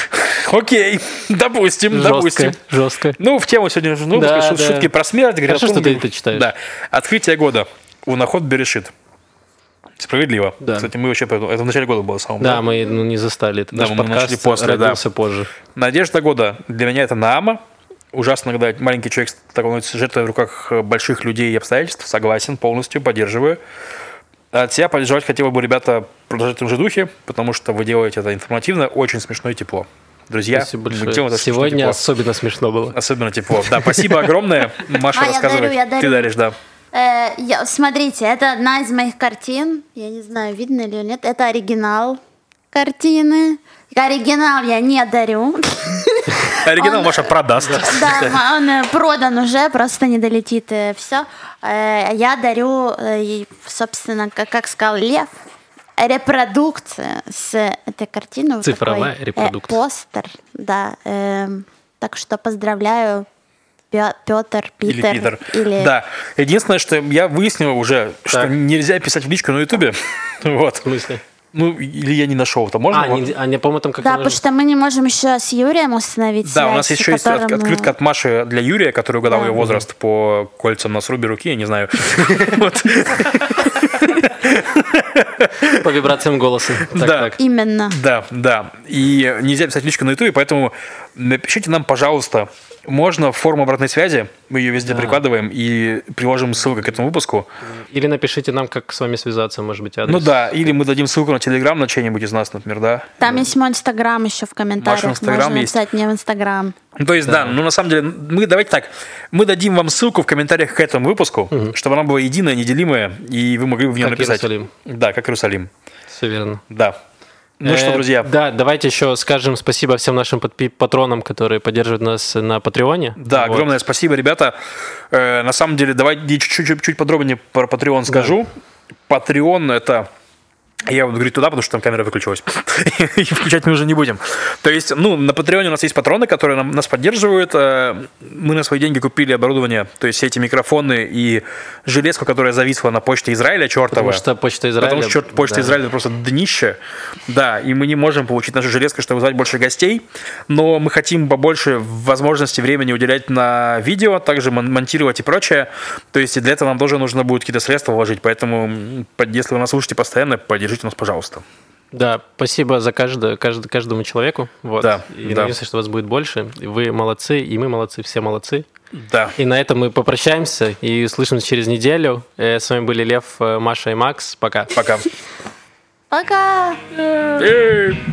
Окей, допустим. Жестко. Ну, в тему сегодняшнего Да, выпуска да. шутки про смерть. Хорошо, что ты это читаешь. Да. Открытие года. Унаход Берешит. Справедливо. Да. Кстати, мы вообще... Это в начале года было самое. Да, мы не застали. Это Да, наш мы подкаст нашли после, да. родился позже. Надежда года. Для меня это Наама. Ужасно, когда маленький человек становится жертвой в руках больших людей и обстоятельств. Согласен, полностью, поддерживаю. От себя поддержать хотел бы, ребята, продолжать в том же духе, потому что вы делаете это информативно, очень смешно и тепло. Друзья, Спасибо мы большое. делаем это смешно и Сегодня тепло. особенно смешно было. Особенно тепло. Да, спасибо огромное. Маша, А, я рассказывай. дарю, я дарю. Ты даришь, да. Смотрите, это одна из моих картин. Я не знаю, видно ли нет. Это оригинал картины. Оригинал я не дарю. Оригинал Маша продаст. Да, он продан уже, просто не долетит все. Я дарю, собственно, как сказал Лев, репродукция с этой картины. Вот Цифровая такой, репродукция. Постер, да. Так что поздравляю, Петр, Или Питер. Питер. Или... Да. Единственное, что я выяснил уже, что Так. нельзя писать в личку на Ютубе. Вот. В смысле? Ну, или я не нашел. Это можно? Вот. По-моему, там как-то... Да, потому что мы не можем еще с Юрием установить Да, у связь, нас еще есть которым мы- открытка от Маши для Юрия, который угадал Да. ее возраст по кольцам на срубе руки, я не знаю. Вот. вибрациям голоса. Так, Да. так. Именно. Да. И нельзя писать личку на YouTube, поэтому напишите нам, пожалуйста. Можно в форму обратной связи, мы ее везде прикладываем и приложим ссылку к этому выпуску. Или напишите нам, как с вами связаться, может быть, адрес. Ну да, или мы дадим ссылку на Телеграм на чей-нибудь из нас, например, да. Там есть мой Инстаграм еще в комментариях. Ваш Инстаграм Можно есть? написать мне в Инстаграм. Ну, то есть, да, ну на самом деле, давайте так, мы дадим вам ссылку в комментариях к этому выпуску, чтобы она была единая, неделимая, и вы могли бы в нее Как написать. Иерусалим. Да, как Иерусалим. Все верно. Да. Ну что, друзья, Да, давайте еще скажем спасибо всем нашим патронам, которые поддерживают нас на Патреоне. да, Вот. огромное спасибо, ребята. На самом деле, давайте чуть подробнее про Patreon скажу. Patreon — это... Я буду говорить туда, потому что там камера выключилась. И включать мы уже не будем. То есть, ну, на Патреоне у нас есть патроны, которые нас поддерживают. Мы на свои деньги купили оборудование, то есть все эти микрофоны и железку, которая зависла на почте Израиля, чертова. Потому что почта Израиля... Потому что почта Израиля просто днище. Да, и мы не можем получить нашу железку, чтобы звать больше гостей. Но мы хотим побольше возможности времени уделять на видео, также монтировать и прочее. То есть, и для этого нам тоже нужно будет какие-то средства вложить. Поэтому, если вы нас слушаете постоянно, поддержите нас, пожалуйста. Да, спасибо за каждому человеку. Вот. Да, И да. надеюсь, что вас будет больше. Вы молодцы, и мы молодцы, все молодцы. Да. И на этом мы попрощаемся и услышимся через неделю. С вами были Лев, Маша и Макс. Пока. Пока. Пока! Эй!